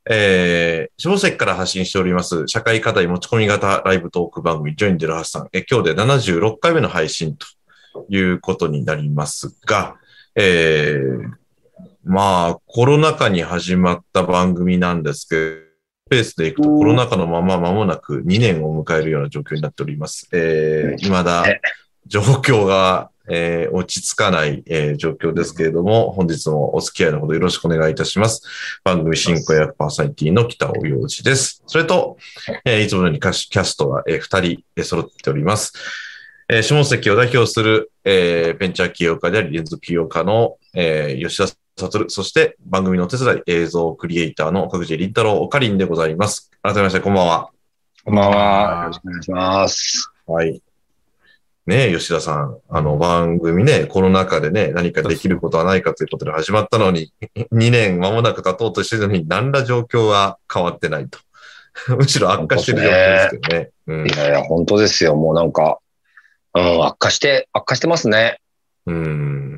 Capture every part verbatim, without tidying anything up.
えー、下関から発信しております、社会課題持ち込み型ライブトーク番組、ジョインゼロはちさん。え今日でななじゅうろっかいめの配信ということになりますが、えー、まあ、コロナ禍に始まった番組なんですけど、ペースでいくとコロナ禍のまま間もなくにねんを迎えるような状況になっております。えー、未だ状況が、えー、落ち着かない、えー、状況ですけれども、本日もお付き合いのほどよろしくお願いいたします。番組進行役パーソナリティの北尾陽次です。それと、えー、いつものようにキャストが、えー、ふたり揃っております。えー、下関を代表する、えー、ベンチャー起業家であり連続起業家の、えー、吉田悟、そして番組のお手伝い映像クリエイターの角地凛太郎おかりんでございます。改めましてこんばんは。 こんばんは。よろしくお願いします。 はい。ねえ、吉田さん、あの番組ね、コロナ禍でね、何かできることはないかということで始まったのに、にねん間もなく経とうとしているのに、何ら状況は変わってないと。むしろ悪化してる状況ですけどね。 うん、いやいや、本当ですよ。もうなんか、うん、悪化して、悪化してますね。 うん。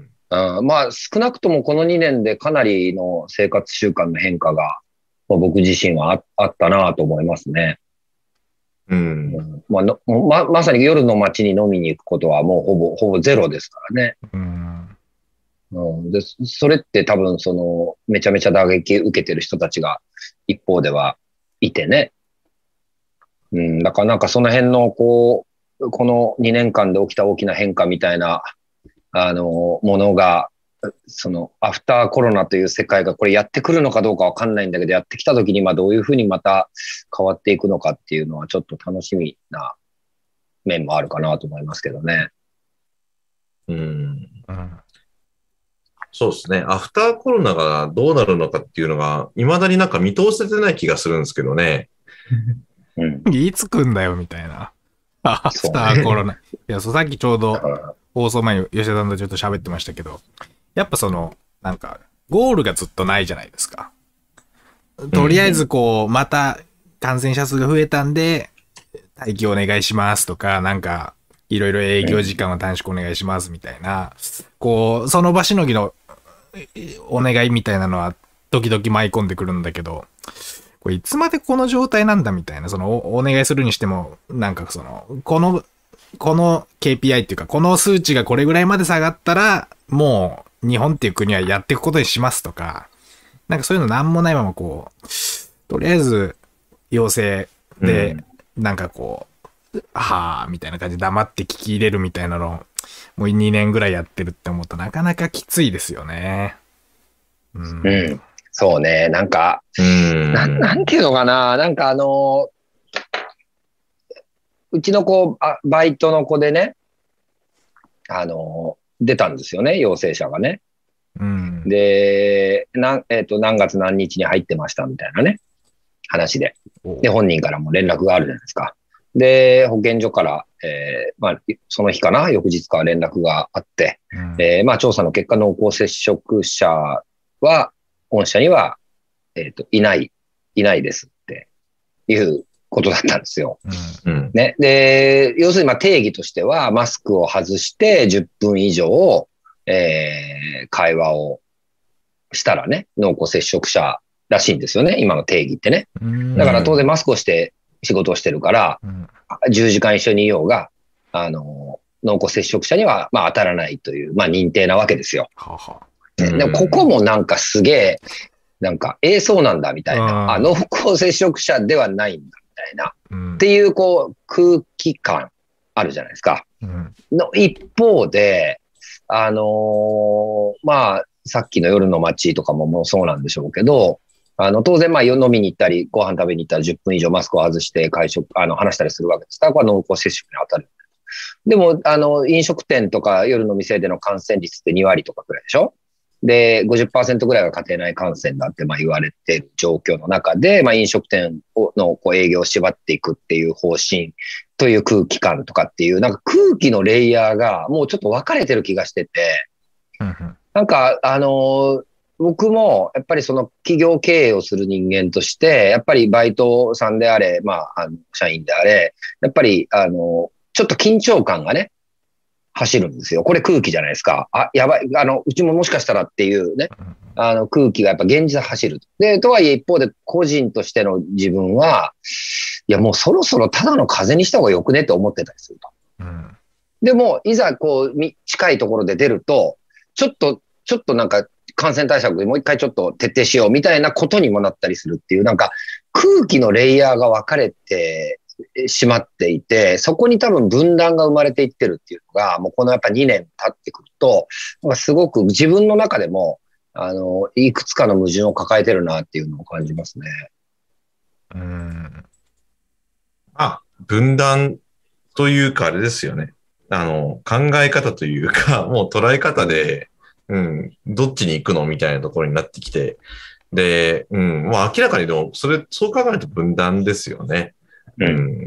うん、まあ、少なくともこのにねんでかなりの生活習慣の変化が、まあ、僕自身は あ, あったなと思いますね。 うん。うん、 まあのま、まさに夜の街に飲みに行くことはもうほぼ、ほぼゼロですからね。うんうん、でそれって多分その、めちゃめちゃ打撃受けてる人たちが一方ではいてね。うん、だからなんかその辺のこう、このにねんかんで起きた大きな変化みたいな、あの、ものが、そのアフターコロナという世界がこれやってくるのかどうかわかんないんだけど、やってきた時にまあどういうふうにまた変わっていくのかっていうのはちょっと楽しみな面もあるかなと思いますけどね。 うん。うん、そうですね。アフターコロナがどうなるのかっていうのが、未だになんか見通せてない気がするんですけどね。 うん、いつ来んだよみたいな。アフターコロナ。いや、そう、さっきちょうど放送前に吉田さんとちょっと喋ってましたけど、やっぱその、なんか、ゴールがずっとないじゃないですか。とりあえずこう、また感染者数が増えたんで、待機お願いしますとか、なんか、いろいろ営業時間は短縮お願いしますみたいな、こう、その場しのぎのお願いみたいなのは、時々舞い込んでくるんだけど、これいつまでこの状態なんだみたいな、そのお、お願いするにしても、なんかその、この、この ケーピーアイ っていうか、この数値がこれぐらいまで下がったら、もう日本っていう国はやっていくことにしますとか、なんかそういうのなんもないままこう、とりあえず要請で、なんかこう、うん、はぁ、みたいな感じで黙って聞き入れるみたいなのを、もうにねんぐらいやってるって思うとなかなかきついですよね。 うん。うん、そうね。なんか、うんな、なんていうのかな。なんかあの、うちの子、あ、バイトの子でね、あの、出たんですよね、陽性者がね。うん、で、なん、えっと、何月何日に入ってましたみたいなね、話で。で、本人からも連絡があるじゃないですか。で、保健所から、えー、まあ、その日かな、翌日から連絡があって、うん、えー、まあ、調査の結果、濃厚接触者は、御社には、えっと、いない、いないですっていうことだったんですよ。うん、ね。で、要するに、まあ、定義としては、マスクを外してじゅっぷん以上、えー、会話をしたらね、濃厚接触者らしいんですよね、今の定義ってね。だから当然マスクをして仕事をしてるから、うん、じゅうじかん一緒にいようが、あの、濃厚接触者には、まあ、当たらないという、まあ、認定なわけですよ。ははね、でもここもなんかすげえ、なんか、ええ、そうなんだみたいな、あ、濃厚接触者ではないんだみたいな、うん、っていう、こう、空気感あるじゃないですか。うん、の一方で、あのー、まあ、さっきの夜の街とかももうそうなんでしょうけど、あの、当然、まあ、飲みに行ったり、ご飯食べに行ったらじゅっぷん以上マスクを外して会食、あの、話したりするわけですから、これは濃厚接触に当たる。でも、あの、飲食店とか夜の店での感染率ってにわりとかくらいでしょ？で、ごじゅっパーセントぐらいが家庭内感染だってまあ言われている状況の中で、まあ飲食店のこう営業を縛っていくっていう方針という空気感とかっていう、なんか空気のレイヤーがもうちょっと分かれてる気がしてて、なんかあの、僕もやっぱりその企業経営をする人間として、やっぱりバイトさんであれ、まあ、あの社員であれ、やっぱりあの、ちょっと緊張感がね、 走るんですよ。これ空気じゃないですか。あ、やばい。あの、うちももしかしたらっていうね、あの空気がやっぱ現実走る。で、とはいえ一方で個人としての自分は、いやもうそろそろただの風邪にした方がよくねって思ってたりすると。うん、でも、いざこう、近いところで出ると、ちょっと、ちょっとなんか感染対策でもう一回ちょっと徹底しようみたいなことにもなったりするっていう、なんか空気のレイヤーが分かれて、しまっていて、そこに多分分断が生まれていってるっていうのが、もうこのやっぱにねん経ってくると、すごく自分の中でも、あの、いくつかの矛盾を抱えてるなっていうのを感じますね。 うん。あ、分断というかあれですよね。あの、考え方というか、もう捉え方で、うん、どっちに行くのみたいなところになってきて、で、うん、もう明らかにでも、それ、そう考えると分断ですよね。うん、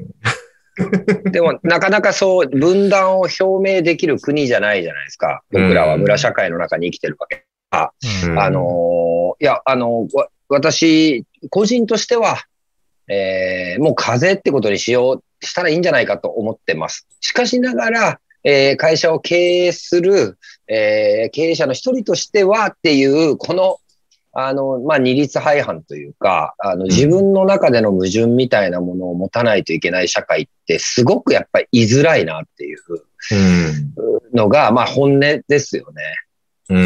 でも、なかなかそう、分断を表明できる国じゃないじゃないですか。僕らは村社会の中に生きてるわけ。あ、うん、あのー、いや、あのー、私、個人としては、えー、もう風邪ってことにしよう、したらいいんじゃないかと思ってます。しかしながら、えー、会社を経営する、えー、経営者の一人としてはっていう、この、あの、まあ、二律背反というか、あの、自分の中での矛盾みたいなものを持たないといけない社会って、すごくやっぱり居づらいなっていうのが、まあ、本音ですよね。うん、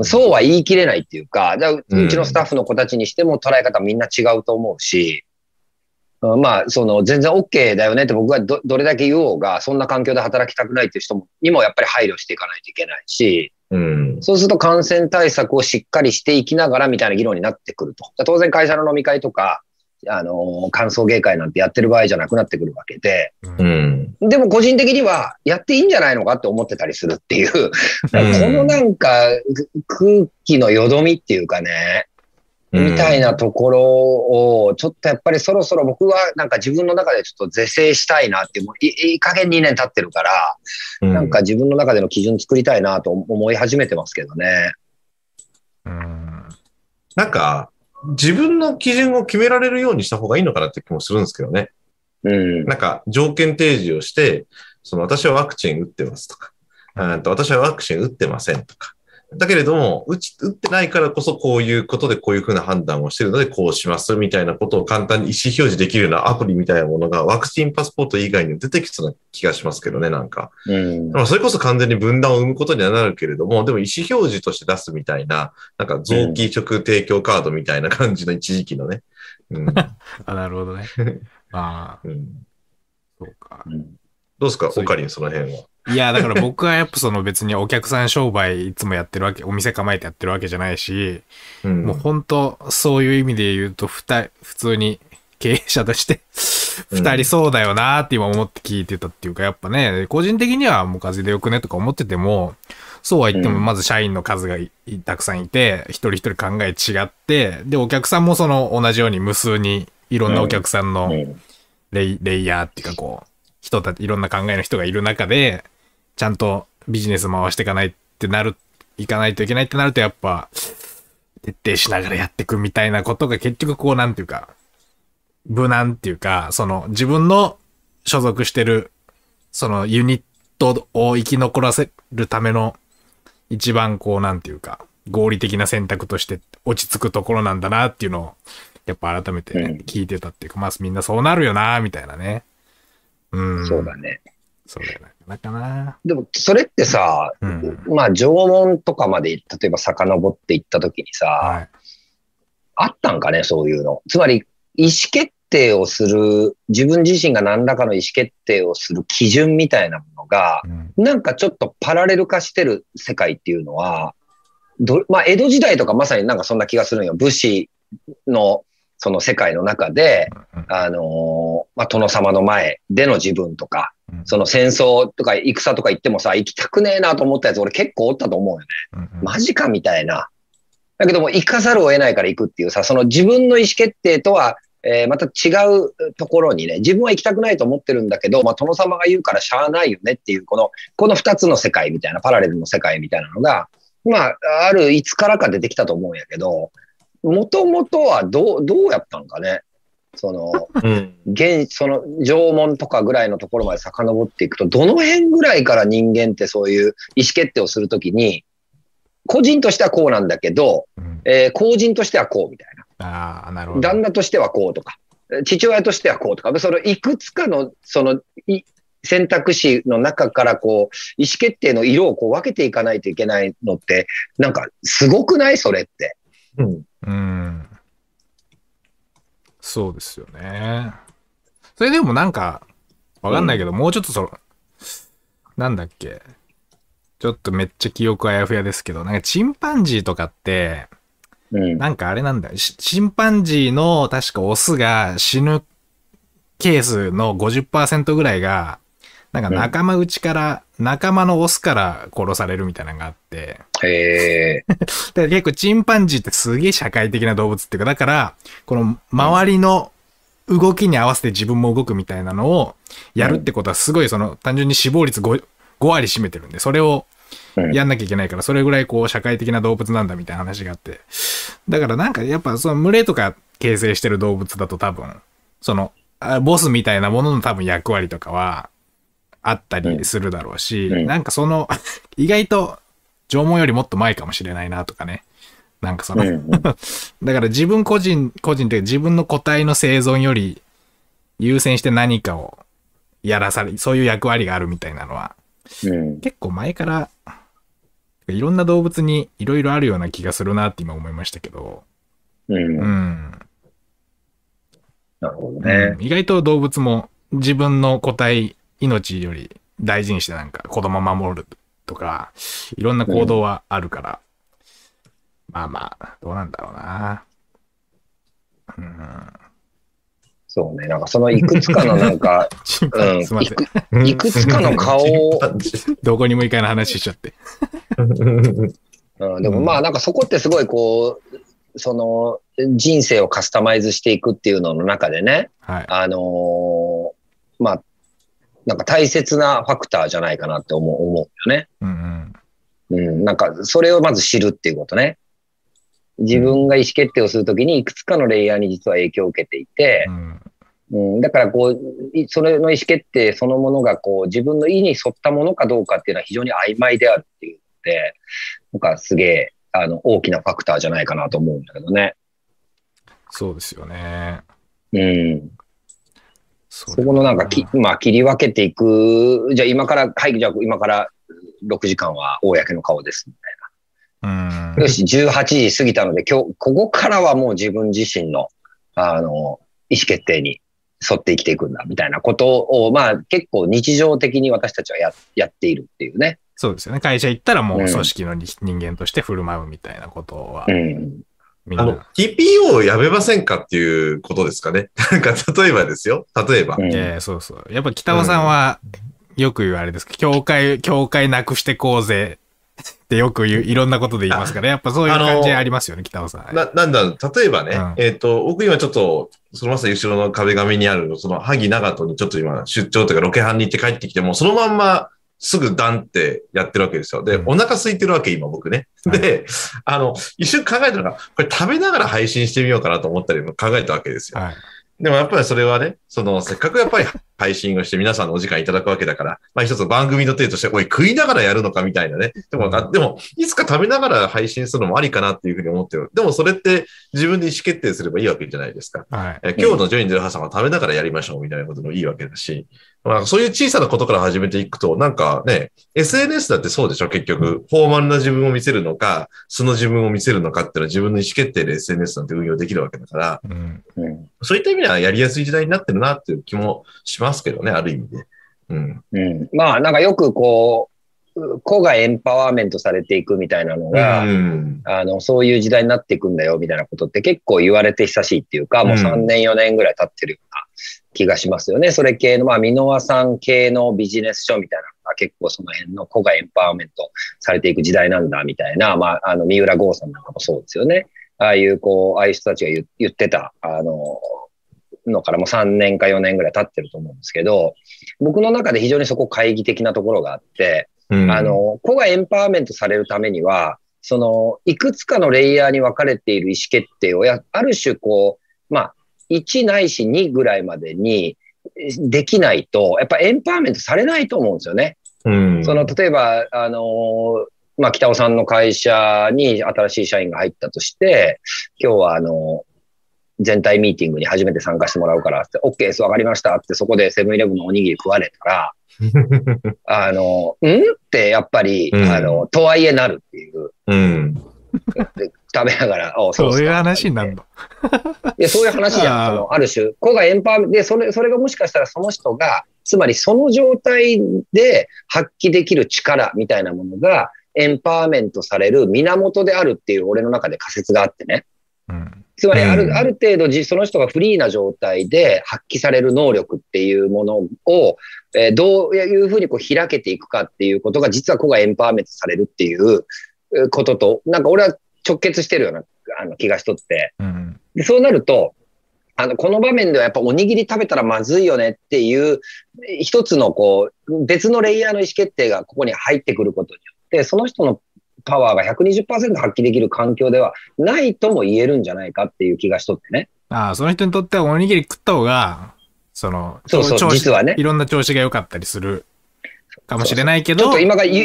そうは言い切れないっていうか、うちのスタッフの子たちにしても捉え方みんな違うと思うし、うん、まあ、その、全然 OK だよねって僕が ど, どれだけ言おうが、そんな環境で働きたくないっていう人もにもやっぱり配慮していかないといけないし、うん、そうすると感染対策をしっかりしていきながらみたいな議論になってくると。当然会社の飲み会とか、あのー、歓送迎会なんてやってる場合じゃなくなってくるわけで、うん、でも個人的にはやっていいんじゃないのかって思ってたりするっていう、うん、このなんか空気のよどみっていうかね、みたいなところを、ちょっとやっぱりそろそろ僕はなんか自分の中でちょっと是正したいなっていう、いい加減にねん経ってるから、うん、なんか自分の中での基準作りたいなと思い始めてますけどね。 うん、なんか、自分の基準を決められるようにした方がいいのかなって気もするんですけどね。うん、なんか条件提示をして、その私はワクチン打ってますとか、うんと私はワクチン打ってませんとか。だけれども、打ち、打ってないからこそこういうことでこういうふうな判断をしているのでこうしますみたいなことを簡単に意思表示できるようなアプリみたいなものがワクチンパスポート以外に出てきそうな気がしますけどね、なんか。うん、それこそ完全に分断を生むことにはなるけれども、でも意思表示として出すみたいな、なんか臓器食提供カードみたいな感じの一時期のね。うん、 あ、なるほどね。ああ、うん。そうか。 どうですか、オカリン、その辺は。 いや、だから僕はやっぱその別にお客さん商売いつもやってるわけ、お店構えてやってるわけじゃないし、うん、もう本当そういう意味で言うと、ふた、普通に経営者として二人そうだよなーって今思って聞いてたっていうか、やっぱね、個人的にはもう風邪でよくねとか思ってても、そうは言ってもまず社員の数がたくさんいて、一人一人考え違って、で、お客さんもその同じように無数にいろんなお客さんのレイ、レイヤーっていうかこう、人たち、いろんな考えの人がいる中で、ちゃんとビジネス回していかないってなる、いかないといけないってなるとやっぱ、徹底しながらやっていくみたいなことが結局こうなんていうか、無難っていうか、その自分の所属してる、そのユニットを生き残らせるための一番こうなんていうか、合理的な選択として落ち着くところなんだなっていうのを、やっぱ改めて、ね、聞いてたっていうか、まあみんなそうなるよなみたいなね。 うん。そうだね。 そうだよなかなかな。 でも、それってさ、うん、まあ、縄文とかまで、例えば遡っていったときにさ、はい、あったんかね、そういうの。つまり、意思決定をする、自分自身が何らかの意思決定をする基準みたいなものが、うん、なんかちょっとパラレル化してる世界っていうのは、どまあ、江戸時代とかまさになんかそんな気がするんよ。武士の、その世界の中で、あのー、まあ、殿様の前での自分とか、その戦争とか戦とか行ってもさ、行きたくねえなと思ったやつ俺結構おったと思うよね。うんうん、マジかみたいな。だけども行かざるを得ないから行くっていうさ、その自分の意思決定とは、えー、また違うところにね、自分は行きたくないと思ってるんだけど、まあ、殿様が言うからしゃあないよねっていう、この、この二つの世界みたいな、パラレルの世界みたいなのが、まあ、あるいつからか出てきたと思うんやけど、もともとはどう、どうやったんかね。 その、うん、現、その縄文とかぐらいのところまで遡っていくと、どの辺ぐらいから人間ってそういう意思決定をするときに、個人としてはこうなんだけど、うん、えー、公人としてはこうみたいな。 ああ、なるほど。 旦那としてはこうとか、父親としてはこうとか、そのいくつかの、その、選択肢の中からこう、意思決定の色をこう分けていかないといけないのって、なんか、すごくないそれって。 うん。うん。そうですよね。それでもなんか、わかんないけど、うん、もうちょっとその、なんだっけ。ちょっとめっちゃ記憶あやふやですけど、なんかチンパンジーとかって、うん、なんかあれなんだよ。チンパンジーの確かオスが死ぬケースの ごじゅっパーセント ぐらいが、なんか仲間内から、うん、仲間のオスから殺されるみたいなのがあって。 へー。 で結構チンパンジーってすげえ社会的な動物っていうか、だから、この周りの動きに合わせて自分も動くみたいなのをやるってことはすごいその単純に死亡率 5, ご割占めてるんで、それをやんなきゃいけないから、それぐらいこう社会的な動物なんだみたいな話があって。だからなんかやっぱその群れとか形成してる動物だと多分、そのボスみたいなものの多分役割とかはあったりするだろうし、うん、なんかその意外と縄文よりもっと前かもしれないなとかね。なんかその、うん、だから自分個人、個人って自分の個体の生存より優先して何かをやらされ、そういう役割があるみたいなのは、うん、結構前からいろんな動物にいろいろあるような気がするなって今思いましたけど。うん。うん、 なるほどね、 うん。意外と動物も自分の個体、命より大事にしてなんか子供守るとか、いろんな行動はあるから、うん、まあまあ、どうなんだろうな。うん、 そうね、なんかそのいくつかのなんか、 うん、すいません。 いくつかの顔を、 どこにも行かない話しちゃって。 うん、でもまあなんかそこってすごいこう、その人生をカスタマイズしていくっていうのの中でね、はい、あのー、まあ、なんか大切なファクターじゃないかなって思う、思うよね。うんうん。うん、なんかそれをまず知るっていうことね。自分が意思決定をするときにいくつかのレイヤーに実は影響を受けていて、うんうん、だからこう、それの意思決定そのものがこう自分の意に沿ったものかどうかっていうのは非常に曖昧であるっていうので、なんかすげえ、あの、大きなファクターじゃないかなと思うんだけどね。 そうですよね。 うん。そ, そこのなんかき、まあ切り分けていく、じゃあ今から、はい、じゃあ今からろくじかんは公の顔ですみたいな。うん、よし、じゅうはちじ過ぎたので、今日、ここからはもう自分自身の、あの、意思決定に沿って生きていくんだ、みたいなことを、まあ結構日常的に私たちは や, やっているっていうね。 そうですよね。会社行ったらもう組織の人間として振る舞うみたいなことは。うん。 みんなあの、ティーピーオー をやめませんかっていうことですかね。なんか、例えばですよ。例えば。 うん、ええ、そうそう。やっぱ北尾さんは、よく言うあれですけど、教会、教会なくしてこうぜ。ってよく言う、いろんなことで言いますから、やっぱそういう感じありますよね、北尾さん。 な、なんだ、例えばね、うん、えっと、僕今ちょっと、そのまさに後ろの壁紙にある、その、萩長門にちょっと今、出張というかロケハンに行って帰ってきても、そのまんま、すぐダンってやってるわけですよ。で、うん、お腹空いてるわけ、今僕ね。で、はい、あの、一瞬考えたのが、これ食べながら配信してみようかなと思ったりも考えたわけですよ。はい、でもやっぱりそれはね、その、せっかくやっぱり配信をして皆さんのお時間いただくわけだから、まあ一つ番組の体として、おい、食いながらやるのかみたいなね。でも、でも、いつか食べながら配信するのもありかなっていうふうに思ってる。でもそれって自分で意思決定すればいいわけじゃないですか。はい、え今日のジョインゼロハさんは食べながらやりましょうみたいなこともいいわけだし、まあそういう小さなことから始めていくと、なんかね、エスエヌエス だってそうでしょ結局。フォーマルな自分を見せるのか、素の自分を見せるのかっていうのは自分の意思決定で エスエヌエス なんて運用できるわけだから、うんうん、そういった意味ではやりやすい時代になってるなっていう気もしますけどね、ある意味で。 うんうん、まあなんかよくこう、個がエンパワーメントされていくみたいなのが、うん、あの、そういう時代になっていくんだよみたいなことって結構言われて久しいっていうか、もうさんねんよねんぐらい経ってるような気がしますよね。それ系の、まあ、箕輪さん系のビジネス書みたいなのが結構その辺の個がエンパワーメントされていく時代なんだみたいな、まあ、あの、三浦剛さんなんかもそうですよね。ああいう、こう、ああいう人たちが 言, 言ってた、あの、のからもうさんねんかよねんぐらい経ってると思うんですけど、僕の中で非常にそこ懐疑的なところがあって、うん、あの、個がエンパワーメントされるためには、その、いくつかのレイヤーに分かれている意思決定をや、ある種こう、まあ、 いちないしにぐらいまでにできないと、やっぱエンパワーメントされないと思うんですよね。うん、その、例えば、あのー、まあ、北尾さんの会社に新しい社員が入ったとして、今日はあの、全体ミーティングに初めて参加してもらうからって、OK です、わかりましたって、そこでセブンイレブンのおにぎり食われたら、あの、んってやっぱり、うん、あの、とはいえなるっていう。うん、で食べながら、 おそうそういう話になるの。 いや、そういう話じゃん。その、ある種、子がエンパワーメントで、それ、それがもしかしたらその人が、つまりその状態で発揮できる力みたいなものが、エンパワーメントされる源であるっていう俺の中で仮説があってね。うん、つまりある、うん、ある程度その人がフリーな状態で発揮される能力っていうものを、えー、どういうふうにこう開けていくかっていうことが実は子がエンパワーメントされるっていうことと、なんか俺は直結してるようなあの気がしとって、うん、でそうなると、あの、この場面ではやっぱおにぎり食べたらまずいよねっていう一つのこう別のレイヤーの意思決定がここに入ってくることによって、その人のパワーが ひゃくにじゅっパーセント 発揮できる環境ではないとも言えるんじゃないかっていう気がしとってね。 ああ、その人にとってはおにぎり食った方が、その、 そうそう、実はね。 いろんな調子が良かったりするかもしれないけど。 そうそうちょっと今から、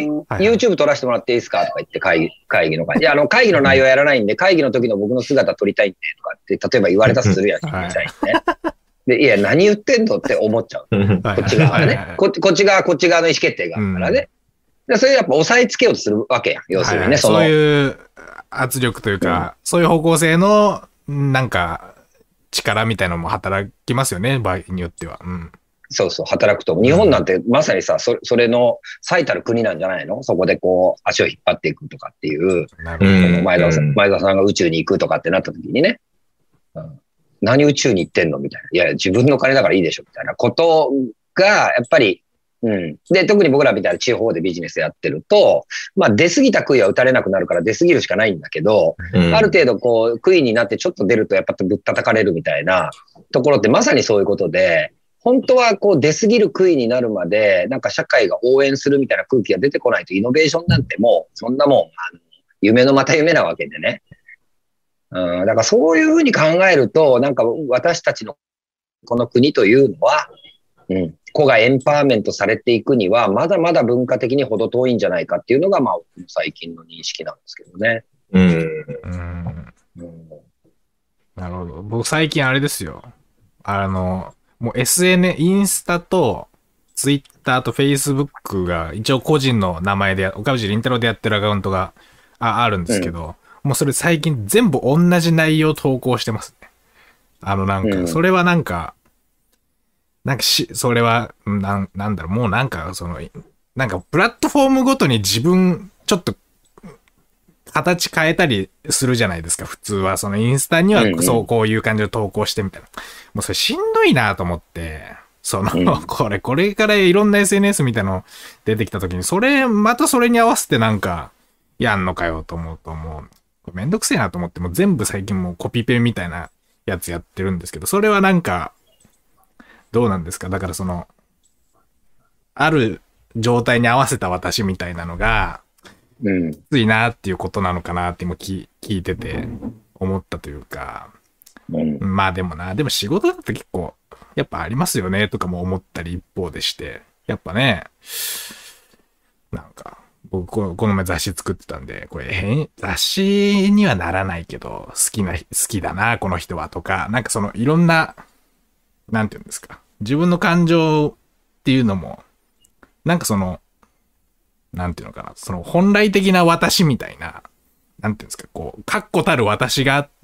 ユーチューブ 撮らせてもらっていいですかとか言って会議、会議の会議。いや、あの、会議の内容やらないんで、会議の時の僕の姿撮りたいんで、とかって、例えば言われたとするやん、はい、ね。で、いや、何言ってんのって思っちゃう。こっち側がね。こっち側、こっち側の意思決定があるからね。うん、それやっぱ抑えつけようとするわけやん。要するにね、はいはい、 その。そういう圧力というか、うん、そういう方向性の、なんか、力みたいなのも働きますよね、場合によっては。うん、 そうそう、働くと。日本なんてまさにさ、それ、それの最たる国なんじゃないの？そこでこう、足を引っ張っていくとかっていう、うん、前田さん、前田さんが宇宙に行くとかってなった時にね、うん、何宇宙に行ってんのみたいな。いや、自分の金だからいいでしょみたいなことが、やっぱり、うん。で、特に僕らみたいな地方でビジネスやってると、まあ出過ぎた杭は打たれなくなるから出過ぎるしかないんだけど、うん、ある程度こう、杭になってちょっと出るとやっぱぶったたかれるみたいなところってまさにそういうことで、本当はこう出過ぎる杭になるまで、なんか社会が応援するみたいな空気が出てこないとイノベーションなんてもう、そんなもん、あの、夢のまた夢なわけでね。うん、だからそういうふうに考えると、なんか私たちのこの国というのは、うん、子がエンパワーメントされていくには、まだまだ文化的に程遠いんじゃないかっていうのが、まあ、最近の認識なんですけどね。うん。 うんうん、なるほど。僕最近あれですよ。あの、もう エスエヌ、インスタと、ツイッターとフェイスブックが一応個人の名前で、岡藤倫太郎でやってるアカウントが あ, あるんですけど、うん、もうそれ最近全部同じ内容投稿してますね。あのなんか、それはなんか、なんかし、それは、なん、なんだろう、もうなんか、その、なんか、プラットフォームごとに自分、ちょっと、形変えたりするじゃないですか、普通は。その、インスタには、そう、こういう感じで投稿してみたいな。もうそれしんどいなと思って、その、これ、これからいろんな エスエヌエス みたいなの出てきたときに、それ、またそれに合わせてなんか、やんのかよと思うと、もう、めんどくせえなと思って、もう全部最近もうコピペみたいなやつやってるんですけど、それはなんか、どうなんですか？だからその、ある状態に合わせた私みたいなのが、うん、きついなっていうことなのかなって今聞いてて思ったというか、うん、まあでもな、でも仕事だって結構、やっぱありますよねとかも思ったり一方でして、やっぱね、なんか、僕この、この前雑誌作ってたんで、これ雑誌にはならないけど、好きな、好きだな、この人はとか、なんかそのいろんな、なんていうんですか。自分の感情っていうのも、なんかその、なんていうのかな。その本来的な私みたいな、なんていうんですか、こう、確固たる私があって、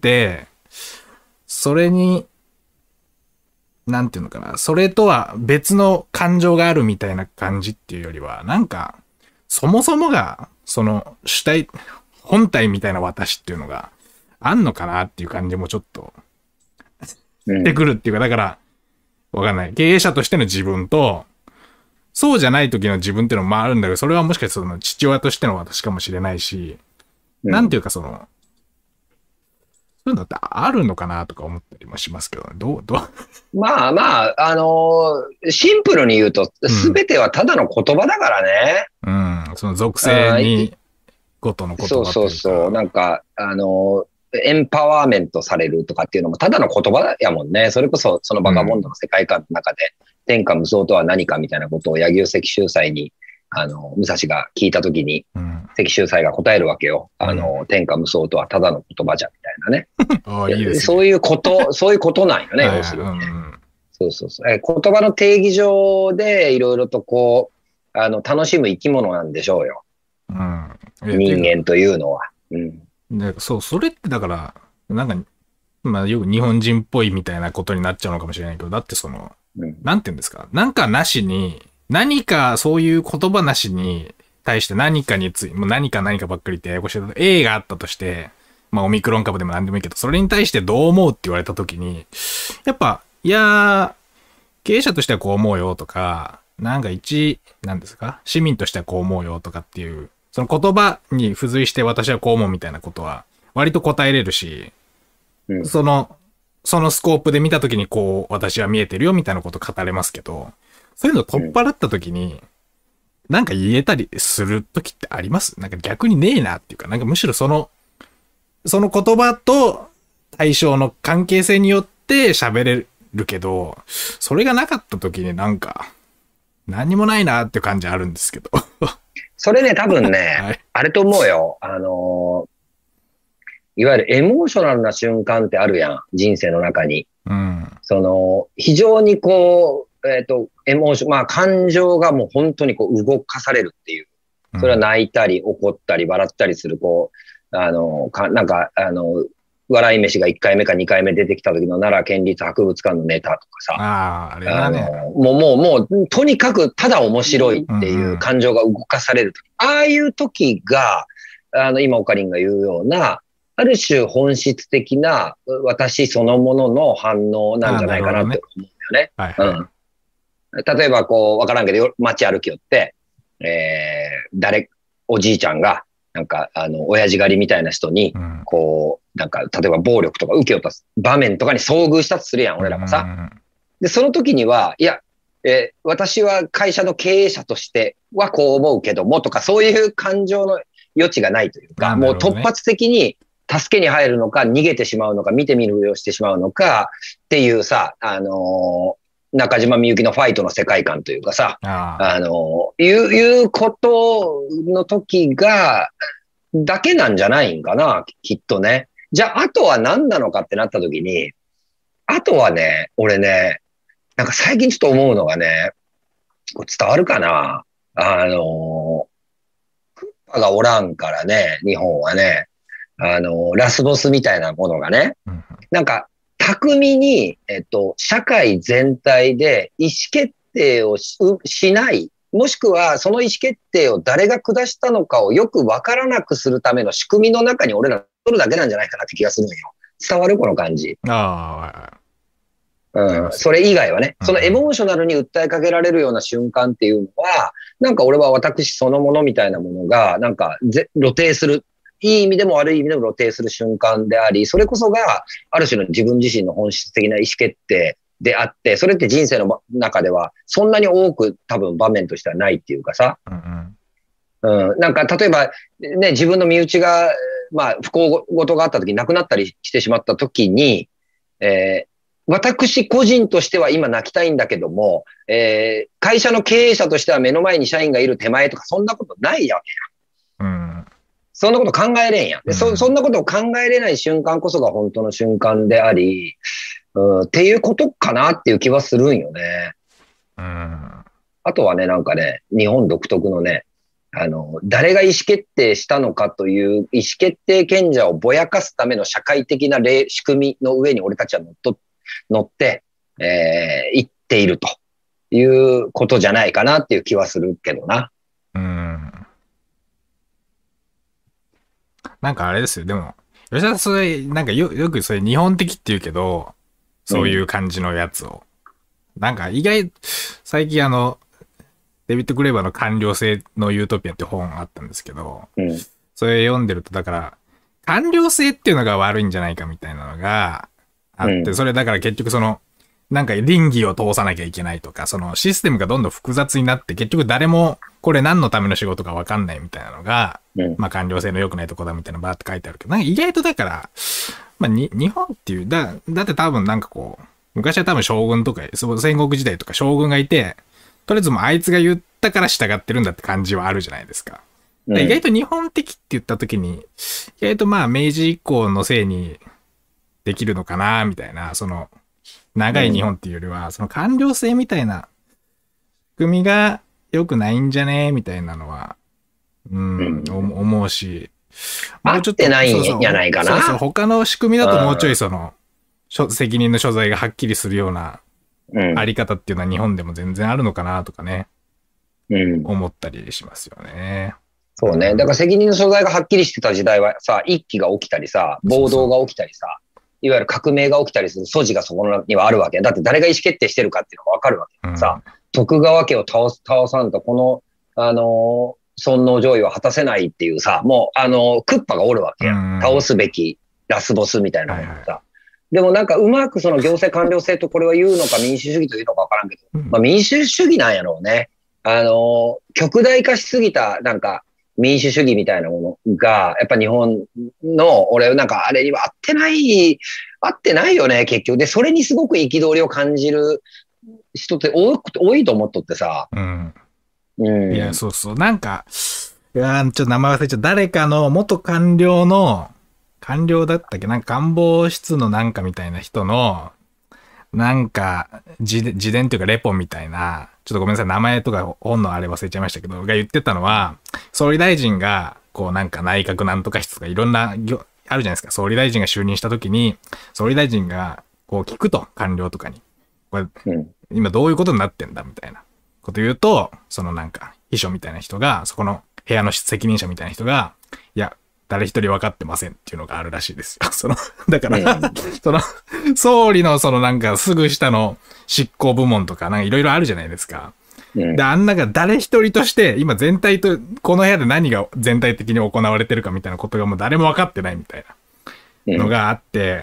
それに、なんていうのかな。それとは別の感情があるみたいな感じっていうよりは、なんか、そもそもが、その主体、本体みたいな私っていうのがあんのかなっていう感じもちょっと、してくるっていうか、だから、わかんない。経営者としての自分と、そうじゃない時の自分っていうのもあるんだけど、それはもしかしてその父親としての私かもしれないし、うん、なんていうかその、そういうのってあるのかなとか思ったりもしますけど、ね、どう、どうまあまあ、あのー、シンプルに言うと、すべてはただの言葉だからね。 うん、うん、その属性に、ごとの言葉というか。 そうそうそう。なんか、あのー、 エンパワーメントされるとかっていうのもただの言葉やもんね。それこそそのバカボンドの世界観の中で、天下無双とは何かみたいなことを柳生石秀才に、あの、武蔵が聞いたときに、うん、石秀才が答えるわけよ。あの、うん、天下無双とはただの言葉じゃ、みたいなね。 あいいですね。 そういうこと、そういうことなんよね、要するにね。うんうん、そうそうそう。え言葉の定義上でいろいろとこう、あの、楽しむ生き物なんでしょうよ。うん、人間というのは。うん、 でそう、それってだから、なんか、まあよく日本人っぽいみたいなことになっちゃうのかもしれないけど、だってその、うん、なんて言うんですか、なんかなしに、何かそういう言葉なしに対して何かについて、もう何か何かばっかりってややこしい。A があったとして、まあオミクロン株でも何でもいいけど、それに対してどう思うって言われたときに、やっぱ、いやー、経営者としてはこう思うよとか、なんか一、なんですか、市民としてはこう思うよとかっていう、その言葉に付随して私はこう思うみたいなことは、割と答えれるし、うん、その、そのスコープで見たときにこう、私は見えてるよみたいなこと語れますけど、そういうのを取っ払ったときに、なんか言えたりするときってあります？なんか逆にねえなっていうか、なんかむしろその、その言葉と対象の関係性によって喋れるけど、それがなかったときになんか、何にもないなっていう感じあるんですけど。 それね、多分ね、はい、あれと思うよ。あのー、いわゆるエモーショナルな瞬間ってあるやん。人生の中に。うん、その、非常にこう、えっと、エモーション、まあ感情がもう本当にこう動かされるっていう。それは泣いたり怒ったり笑ったりする、こう、あの、かなんか、あの、笑い飯がいっかいめかにかいめ出てきた時の奈良県立博物館のネタとかさ。 ああ、あれだね。 あの、もう、もう、もう、とにかくただ面白いっていう感情が動かされる時。うんうん、ああいう時が、あの、今オカリンが言うような、ある種本質的な私そのものの反応なんじゃないかなって思うんだよね。はいはい、うん例えば、こう、わからんけど、街歩きよって、えー、誰、おじいちゃんが、なんか、あの、親父狩りみたいな人に、こう、なんか、例えば暴力とか受け渡す場面とかに遭遇したとするやん、俺らがさ。で、その時には、いや、えー、私は会社の経営者としてはこう思うけども、とか、そういう感情の余地がないというか、もう突発的に助けに入るのか、逃げてしまうのか、見てみるようしてしまうのか、っていうさ、あのー、中島みゆきのファイトの世界観というかさ、あ, あの、いう、いうことの時が、だけなんじゃないんかな、きっとね。じゃあ、あとは何なのかってなった時に、あとはね、俺ね、なんか最近ちょっと思うのがね、伝わるかなあの、クッパがおらんからね、日本はね、あの、ラスボスみたいなものがね、なんか、巧みに、えっと、社会全体で意思決定を し, しない、もしくはその意思決定を誰が下したのかをよくわからなくするための仕組みの中に俺ら取るだけなんじゃないかなって気がするのよ。伝わるこの感じ。ああ、うん。それ以外はね、そのエモーショナルに訴えかけられるような瞬間っていうのは、なんか俺は私そのものみたいなものが、なんかぜ露呈する。いい意味でも悪い意味でも露呈する瞬間であり、それこそがある種の自分自身の本質的な意思決定であって、それって人生の中ではそんなに多く多分場面としてはないっていうかさ。うんうんうん、なんか例えばね、自分の身内が、まあ不幸事があった時に亡くなったりしてしまった時に、えー、私個人としては今泣きたいんだけども、えー、会社の経営者としては目の前に社員がいる手前とかそんなことないわけや。うんそんなこと考えれんやん。で、うん、そ、そんなことを考えれない瞬間こそが本当の瞬間であり、うん、っていうことかなっていう気はするんよね。うん、あとはね、なんかね、日本独特のね、あの、誰が意思決定したのかという意思決定権者をぼやかすための社会的な例仕組みの上に俺たちは乗っと、乗って、えー、行っているということじゃないかなっていう気はするけどな。うんなんかあれですよ。でも、吉田さんそれ、なんかよ、よくそれ日本的って言うけど、そういう感じのやつを。うん、なんか意外、最近あの、デビッド・グレーバーの官僚性のユートピアって本あったんですけど、うん、それ読んでると、だから、官僚性っていうのが悪いんじゃないかみたいなのがあって、うん、それだから結局その、 なんか倫理を通さなきゃいけないとか、そのシステムがどんどん複雑になって、結局誰もこれ何のための仕事か分かんないみたいなのが、うん、まあ官僚性の良くないとこだみたいなバーって書いてあるけど、なんか意外とだから、まあに日本っていう、だ、だって多分なんかこう、昔は多分将軍とか、戦国時代とか将軍がいて、とりあえずもうあいつが言ったから従ってるんだって感じはあるじゃないですか。うん、意外と日本的って言った時に、意外とまあ明治以降のせいにできるのかな、みたいな、その、長い日本っていうよりは、その官僚性みたいな仕組みが良くないんじゃねみたいなのは、うん、うん、思うし。 もうちょっと。合ってないんじゃないかな。 そうそう、他の仕組みだともうちょいその、責任の所在がはっきりするようなあり方っていうのは日本でも全然あるのかなとかね、うん、思ったりしますよね。 そうね。だから責任の所在がはっきりしてた時代はさ、一揆が起きたりさ、暴動が起きたりさ、そうそういわゆる革命が起きたりする素地がそこにはあるわけ。だって誰が意思決定してるかっていうのがわかるわけ。うん、さ、徳川家を倒す、倒さんとこの、あのー、尊王攘夷は果たせないっていうさ、もう、あのー、クッパがおるわけや。うん、倒すべきラスボスみたいなのがさ。はいはい、でもなんかうまくその行政官僚制とこれは言うのか民主主義というのかわからんけど、うん、まあ民主主義なんやろうね。あのー、極大化しすぎた、なんか、民主主義みたいなものが、やっぱ日本の、俺なんかあれには合ってない、合ってないよね、結局。で、それにすごく憤りを感じる人って多く、多いと思っとってさ。うん。 うん。いや、そうそう。なんか、いや、ちょっと名前忘れちゃった。誰かの元官僚の、官僚だったっけなんか官房室のなんかみたいな人の、なんか自、自伝というかレポみたいな、ちょっとごめんなさい、名前とか本のあれ忘れちゃいましたけど、が言ってたのは、総理大臣が、こうなんか内閣なんとか室とかいろんな、あるじゃないですか。総理大臣が就任した時に、総理大臣がこう聞くと、官僚とかに。これ、うん、今どういうことになってんだみたいなこと言うと、そのなんか、秘書みたいな人が、そこの部屋の責任者みたいな人が、いや、誰一人分かってませんっていうのがあるらしいですよ。その、だから、うん、その、総理のそのなんかすぐ下の執行部門とかなんかいろいろあるじゃないですか。うん、で、あんなが誰一人として今全体と、この部屋で何が全体的に行われてるかみたいなことがもう誰も分かってないみたいなのがあって、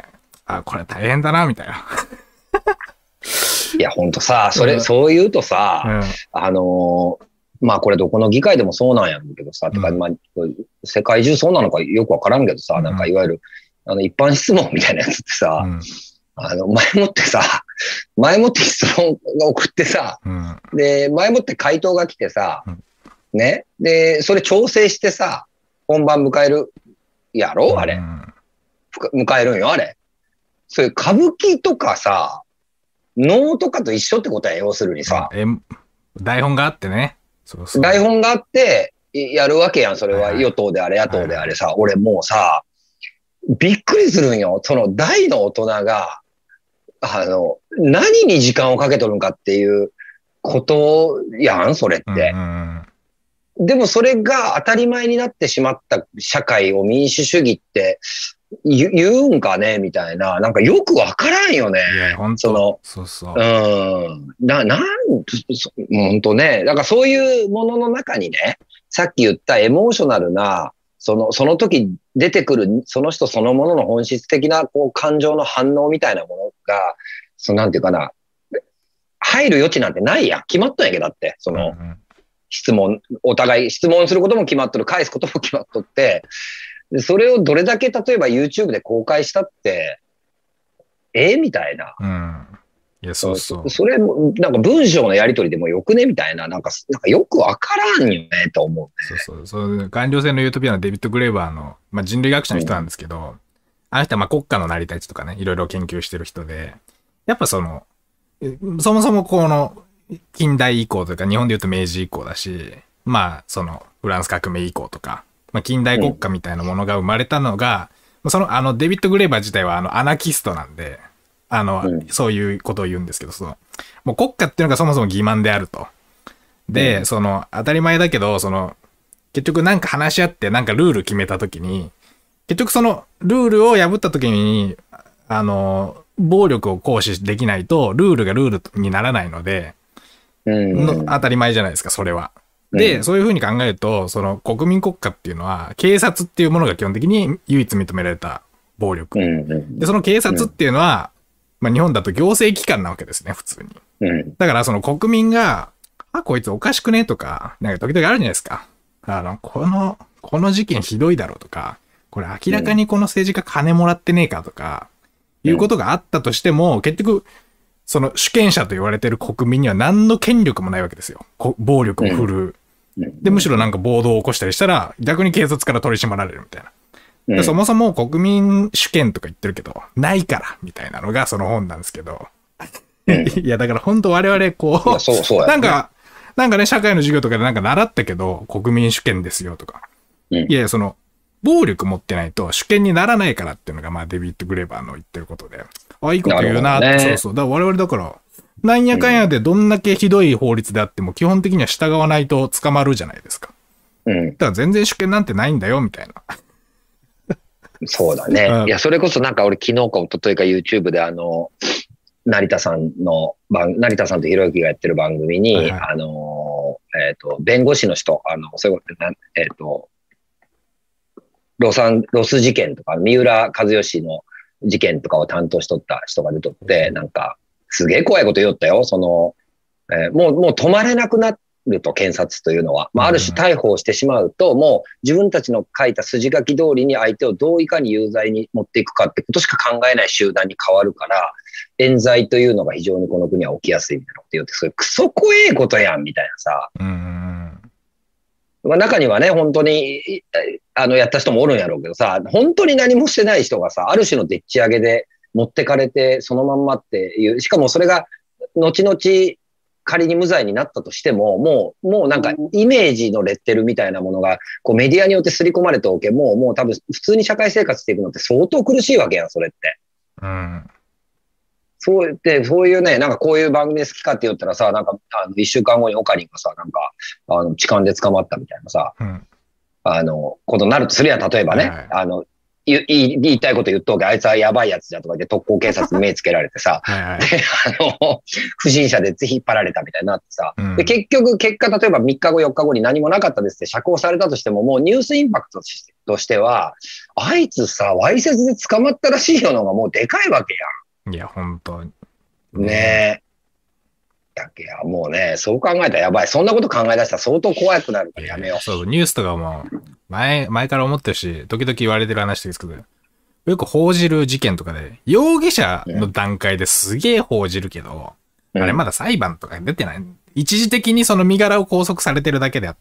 うん、あ、これ大変だな、みたいな。 いや、ほんとさ、それ、うん、そう言うとさ、うん、あのー、まあこれどこの議会でもそうなんやろうけどさ、うん、てかまあ世界中そうなのかよくわからんけどさ、うん、なんかいわゆるあの一般質問みたいなやつってさ、うん、あの前もってさ、前もって質問が送ってさ、うん、で、前もって回答が来てさ、うん、ね、で、それ調整してさ、本番迎えるやろあれ、うん。迎えるんよ、あれ。そういう歌舞伎とかさ、能とかと一緒ってことや、要するにさ。 え、台本があってね。 そうそう台本があって、やるわけやん。それは与党であれ、野党であれさ。俺もうさ、びっくりするんよ。その大の大人が、あの、何に時間をかけとるんかっていうことやん、それって。うんうん、でもそれが当たり前になってしまった社会を民主主義って言うんかねみたいな。なんかよくわからんよね。 いや、本当その、そうそう。 うん。な、なん、本当ね。だからそういうものの中にね、さっき言ったエモーショナルな、その、その時出てくる、その人そのものの本質的な、こう、感情の反応みたいなものが、その、なんていうかな、入る余地なんてないやん。決まったんやけど、だって、その、うんうん、質問、お互い質問することも決まっとる、返すことも決まっとって、それをどれだけ例えば YouTube で公開したって、ええみたいな。 うん。いや、そうそう。 それも、なんか文章のやりとりでもよくねみたいな、なんか、なんかよくわからんよね、と思う、ね。 そうそう。そう官僚制のユートピアのデビッド・グレーバーの、まあ、人類学者の人なんですけど、うん、あの人はまあ国家の成り立ちとかね、いろいろ研究してる人で、やっぱその、そもそもこの、近代以降というか、日本で言うと明治以降だし、まあ、その、フランス革命以降とか、まあ、近代国家みたいなものが生まれたのが、うん、その、あの、デビッド・グレーバー自体は、あの、アナキストなんで、あの、うん、そういうことを言うんですけど、その、もう国家っていうのがそもそも欺瞞であると。で、うん、その、当たり前だけど、その、結局なんか話し合って、なんかルール決めたときに、結局その、ルールを破ったときに、あの、暴力を行使できないと、ルールがルールにならないので、うん、の当たり前じゃないですか、それは。で、うん、そういうふうに考えると、その国民国家っていうのは、警察っていうものが基本的に唯一認められた暴力。うん、で、その警察っていうのは、 まあ日本だと行政機関なわけですね、普通に。 うん、 だからその国民が、あ、こいつおかしくねとか、なんか時々あるじゃないですか。あの、この、この事件ひどいだろうとか、これ明らかにこの政治家金もらってねえかとか、うん、いうことがあったとしても、結局、その主権者と言われている国民には何の権力もないわけですよ。暴力を振るう。うん、で、むしろなんか暴動を起こしたりしたら、逆に警察から取り締まられるみたいな。うん、そもそも国民主権とか言ってるけど、ないから、みたいなのがその本なんですけど。うん、いや、だから本当我々こう、 そうそう、ね、 なんか、なんかね、社会の授業とかでなんか習ったけど、国民主権ですよとか。うん、いや、その、暴力持ってないと主権にならないからっていうのが、まあ、デビッド・グレーバーの言ってることで。あ、いいこと言うなって、ね、そうそう。だから我々だから、なんやかんやでどんだけひどい法律であっても、基本的には従わないと捕まるじゃないですか。うん。だから全然主権なんてないんだよ、みたいな。 そうだね。うん、いや、それこそなんか俺昨日か一昨日か YouTube であの、成田さんの番、成田さんとひろゆきがやってる番組に、はいはい、あの、えっ、ー、と、弁護士の人、あの、そういうこと、えっ、ー、と、ロサン、ロス事件とか、三浦和義の事件とかを担当しとった人が出とって、なんか、すげえ怖いこと言おったよ。その、えー、もう、もう止まれなくなると、検察というのは。まあ、ある種逮捕をしてしまうと、もう自分たちの書いた筋書き通りに相手をどういかに有罪に持っていくかってことしか考えない集団に変わるから、冤罪というのが非常にこの国は起きやすいみたいなこと言って、それクソ怖えことやん、みたいなさ。うんまあ、中にはね、本当に、あの、やった人もおるんやろうけどさ、本当に何もしてない人がさ、ある種のでっち上げで持ってかれて、そのまんまっていう、しかもそれが、後々、仮に無罪になったとしても、もう、もうなんか、イメージのレッテルみたいなものが、こうメディアによって刷り込まれておけ、もう、もう多分、普通に社会生活していくのって相当苦しいわけやん、それって。うん。そうやって、そういうね、なんかこういう番組で好きかって言ったらさ、なんか、あの、一週間後にオカリンがさ、なんか、あの、痴漢で捕まったみたいなさ、うん、あの、ことになるとするやん、例えばね、はいはい、あの、言い、言いたいこと言っとけ、あいつはやばいやつだとかで特攻警察に目つけられてさ、はいはい、で、あの、不審者で引っ張られたみたいになってさ、うん、で、結局、結果、例えばみっかご、よっかごに何もなかったですって釈放されたとしても、もうニュースインパクトとしては、あいつさ、わいせつで捕まったらしいよのがもうでかいわけやん。 いや、本当に。 ねえ。だけや、もうね、そう考えたらやばい。そんなこと考え出したら相当怖くなるからやめよう。 そう、ニュースとかも、前、前から思ってるし、時々言われてる話ですけど、よく報じる事件とかで、容疑者の段階ですげえ報じるけど、うん、あれまだ裁判とか出てない。一時的にその身柄を拘束されてるだけであって、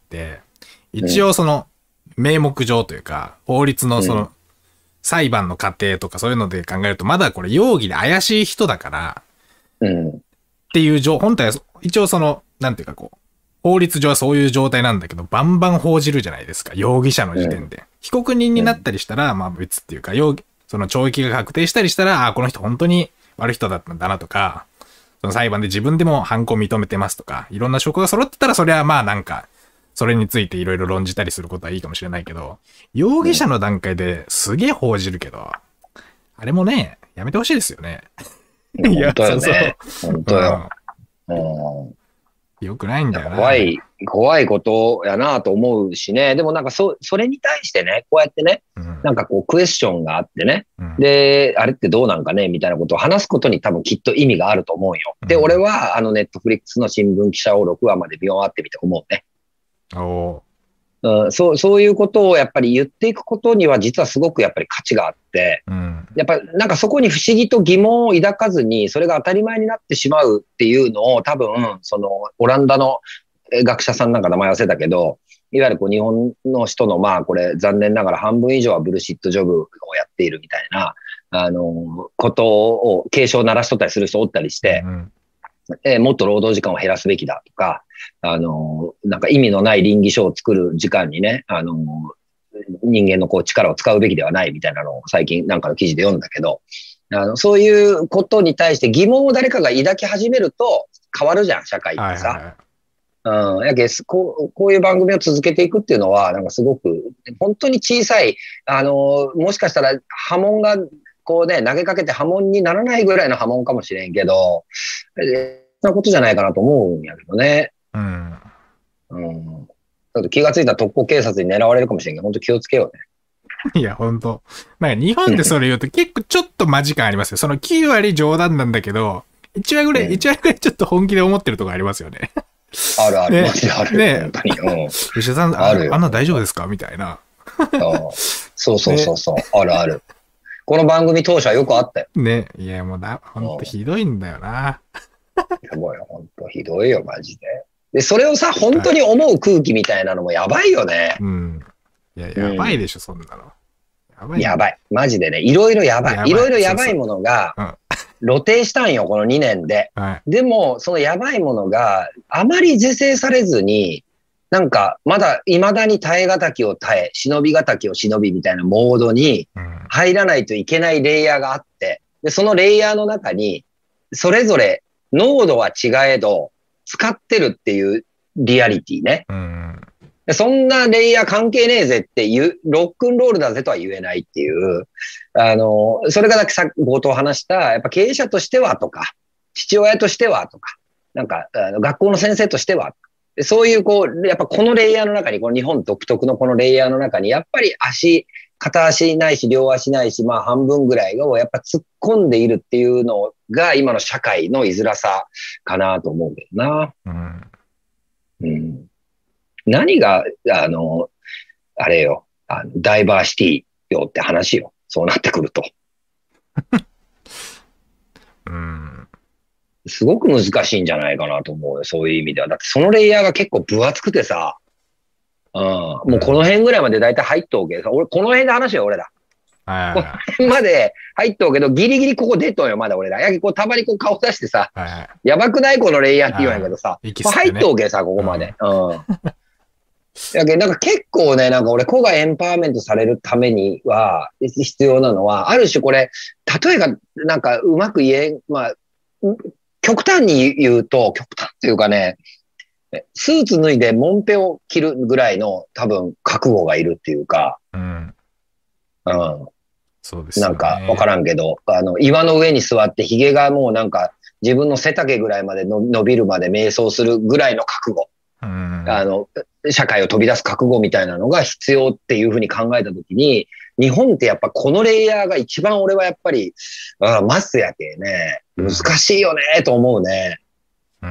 一応その、名目上というか、法律のその、うん裁判の過程とかそういうので考えると、まだこれ容疑で怪しい人だから、うん。っていう状、本体は、一応その、なんていうかこう、法律上はそういう状態なんだけど、バンバン報じるじゃないですか、容疑者の時点で。うん、被告人になったりしたら、まあ別っていうか、容疑、その懲役が確定したりしたら、ああ、この人本当に悪い人だったんだなとか、その裁判で自分でも犯行認めてますとか、いろんな証拠が揃ってたら、それはまあなんか、それについていろいろ論じたりすることはいいかもしれないけど、容疑者の段階ですげえ報じるけど、あれもね、やめてほしいですよね。 いや、そうそう。本当よ。 うん、よくないんだよな。 怖い、怖いことやなと思うしね。でもなんかそ、それに対してね、こうやってね、うん、なんかこうクエスチョンがあってね、うん、で、あれってどうなんかね、みたいなことを話すことに多分きっと意味があると思うよ。で、うん、俺はあのネットフリックスの新聞記者をろくわまで見終わってみて思うね。おうん、そう、そういうことをやっぱり言っていくことには実はすごくやっぱり価値があって、うん、やっぱりなんかそこに不思議と疑問を抱かずにそれが当たり前になってしまうっていうのを多分そのオランダの学者さんなんか名前忘れたけど、いわゆるこう日本の人のまあこれ残念ながら半分以上はブルシットジョブをやっているみたいな、あの、ことを警鐘を鳴らしとったりする人おったりして、うんえー、もっと労働時間を減らすべきだとか、あのー、なんか意味のない倫理書を作る時間にね、あのー、人間のこう力を使うべきではないみたいなのを最近なんかの記事で読んだけど、あの、そういうことに対して疑問を誰かが抱き始めると変わるじゃん、社会ってさ。はいはいはいうん、やけこう、こういう番組を続けていくっていうのは、なんかすごく、本当に小さい、あの、もしかしたら波紋が、こうね、投げかけて波紋にならないぐらいの波紋かもしれんけど、そんなことじゃないかなと思うんやけどね。うん。うん。だって気がついたら特攻警察に狙われるかもしれんけど、本当気をつけようね。 いや、ほんと。なんか日本でそれ言うと結構ちょっと間近ありますよ。そのきゅう割冗談なんだけど、いち割ぐらい、うん、いち割ぐらいちょっと本気で思ってるとこありますよね。 あるある、ね、マジである。 ね本当に。うん。吉田さん、あるあんな大丈夫ですかみたいな。 そうそうそうそう、ね、あるある。この番組当初はよくあったよ。 ねいや、もうだ、ほんとひどいんだよな。 すごいよ、ほんとひどいよ、マジで。で、それをさ、本当に思う空気みたいなのもやばいよね。 うん。いや、やばいでしょ、うん、そんなの。 やばい。やばい。マジでね、いろいろやばい。いろいろやばいものが、露呈したんよ、このにねんで。はい、でも、そのやばいものがあまり是正されずに、なんか、まだ、未だに耐え難きを耐え、忍び難きを忍びみたいなモードに入らないといけないレイヤーがあって、で、そのレイヤーの中に、それぞれ濃度は違えど、使ってるっていうリアリティね。うん、そんなレイヤー関係ねえぜっていう、ロックンロールだぜとは言えないっていう、あの、それがさっき冒頭話した、やっぱ経営者としてはとか、父親としてはとか、なんか、あの学校の先生としては、そういうこう、やっぱこのレイヤーの中に、この日本独特のこのレイヤーの中に、やっぱり足、片足ないし、両足ないし、まあ半分ぐらいをやっぱ突っ込んでいるっていうのが今の社会の居づらさかなと思うけどな。うん。うん、何が、あの、あれよ、あのダイバーシティよって話よ。そうなってくると。うん。すごく難しいんじゃないかなと思うよ。そういう意味では。だってそのレイヤーが結構分厚くてさ、うん、もうこの辺ぐらいまでだいたい入っとうけどさ、俺、この辺で話よ、俺ら。この辺まで入っとうけど、ギリギリここ出とんよ、まだ俺ら。やけこう、たまにこう顔出してさ、はいはい、やばくないこのレイヤーって言うんやけどさ、ね、入っとうけさ、ここまで。うん。うん、やけなんか結構ね、なんか俺、子がエンパワーメントされるためには、必要なのは、ある種これ、例えが、なんかうまく言えん、まあ、極端に言うと、極端っていうかね、スーツ脱いでモンペを着るぐらいの多分覚悟がいるっていうか、うん。うん。そうですね。なんかわからんけど、あの、岩の上に座って髭がもうなんか自分の背丈ぐらいまでの伸びるまで瞑想するぐらいの覚悟。うん。あの、社会を飛び出す覚悟みたいなのが必要っていうふうに考えたときに、日本ってやっぱこのレイヤーが一番俺はやっぱり、あマスやけね、難しいよねと思うね。 うん。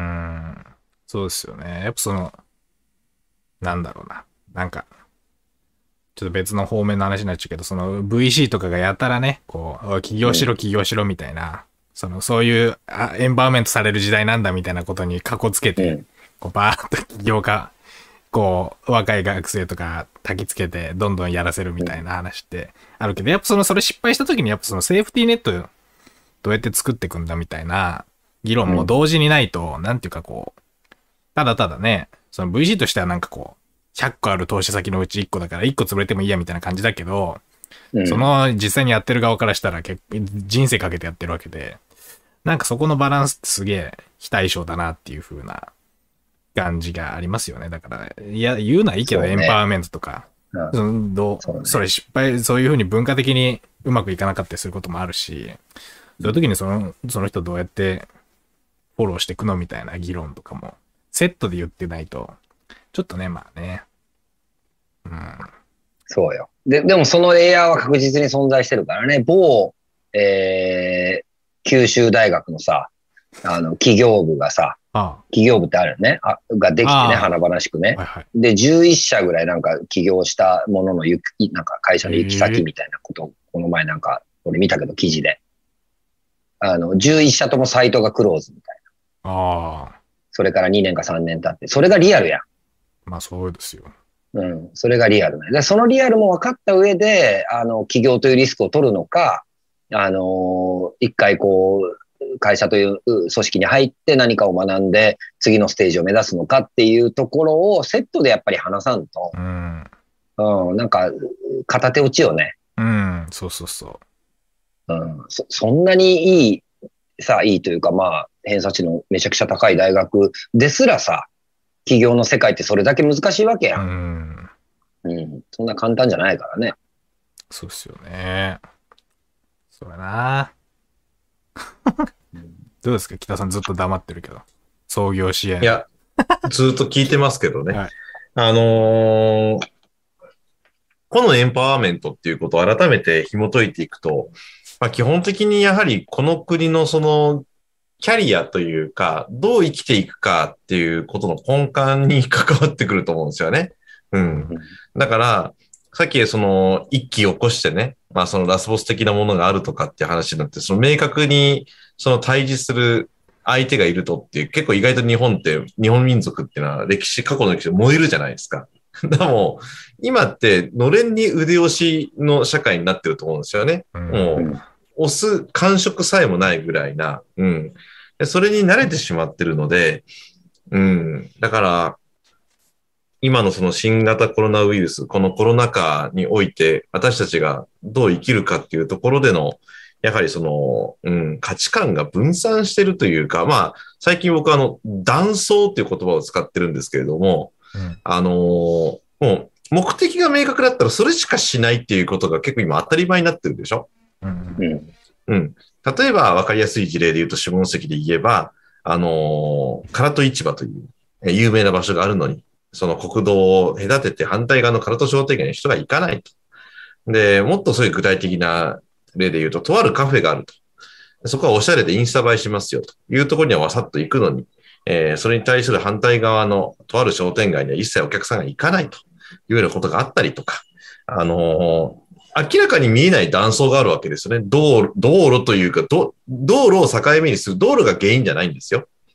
そうですよね。やっぱその、なんだろうな。なんか、ちょっと別の方面の話になっちゃうけど、その ブイシー とかがやたらね、こう、起業しろ起業しろみたいな、うん、その、そういうあエンバーメントされる時代なんだみたいなことにカコつけて、うん、こう、バーッと起業家、こう、若い学生とか焚きつけて、どんどんやらせるみたいな話ってあるけど、やっぱその、それ失敗した時に、やっぱそのセーフティーネット、どうやって作っていくんだみたいな議論も同時にないと、うん、なんていうかこう、ただただね、その ブイシー としてはなんかこう、ひゃっこある投資先のうちいっこだからいっこ潰れてもいいやみたいな感じだけど、うん、その実際にやってる側からしたら結人生かけてやってるわけで、なんかそこのバランスってすげえ非対称だなっていう風な感じがありますよね。だから、いや、言うのはいいけど、ね、エンパワーメントとか、うん、そのどうそ, ね、それ失敗、そういう風に文化的にうまくいかなかったりすることもあるし、そういう時にその、その人どうやってフォローしていくのみたいな議論とかも、セットで言ってないと、ちょっとね、まあね。 うん。そうよ。で、でもそのレイヤーは確実に存在してるからね、某、えー、九州大学のさ、あの、企業部がさ、ああ企業部ってあるよね、あができてね、華々しくね、はいはい。で、じゅういっしゃぐらいなんか起業したものの行き、なんか会社の行き先みたいなことを、この前なんか、俺見たけど記事で。あの、じゅういっしゃともサイトがクローズみたいな。ああ。それからにねんかさんねん経って、それがリアルやん。 まあそうですよ。 うん。それがリアルね。で、そのリアルも分かった上で、あの、起業というリスクを取るのか、あの、一回こう、会社という組織に入って何かを学んで、次のステージを目指すのかっていうところをセットでやっぱり話さんと、うん。うん、なんか、片手落ちよね。 うん、そうそうそう。うん。そ、そんなにいい、さあいいというか、まあ、偏差値のめちゃくちゃ高い大学ですらさ、企業の世界ってそれだけ難しいわけやん。うん。うん。そんな簡単じゃないからね。 そうっすよね。そうやな。どうですか北さんずっと黙ってるけど。創業支援。 いや、ずっと聞いてますけどね。はい、あのー、 このエンパワーメントっていうことを改めて紐解いていくと、まあ、基本的にやはりこの国のそのキャリアというか、どう生きていくかっていうことの根幹に関わってくると思うんですよね。うん。だから、さっきその一揆起こしてね、まあそのラスボス的なものがあるとかっていう話になって、その明確にその対峙する相手がいるとっていう、結構意外と日本って、日本民族っていうのは歴史、過去の歴史で燃えるじゃないですか。でも、今って、のれんに腕押しの社会になってると思うんですよね。うん、もう、押す感触さえもないぐらいな、うん。それに慣れてしまってるので、うん。だから、今のその新型コロナウイルス、このコロナ禍において、私たちがどう生きるかっていうところでの、やはりその、うん、価値観が分散してるというか、まあ、最近僕はあの、断層っていう言葉を使ってるんですけれども、うん、あのー、もう、目的が明確だったらそれしかしないっていうことが結構今当たり前になってるでしょ。うん。うん。例えば分かりやすい事例で言うと下関で言えば、あのー、唐戸市場という有名な場所があるのに、その国道を隔てて反対側の唐戸商店街に人が行かないと。で、もっとそういう具体的な例で言うと、とあるカフェがあると。そこはおしゃれでインスタ映えしますよというところにはわさっと行くのに、えー、それに対する反対側のとある商店街には一切お客さんが行かないというようなことがあったりとか、あのー、明らかに見えない断層があるわけですよね。道路、道路というか、道路を境目にする道路が原因じゃないんですよ。うん、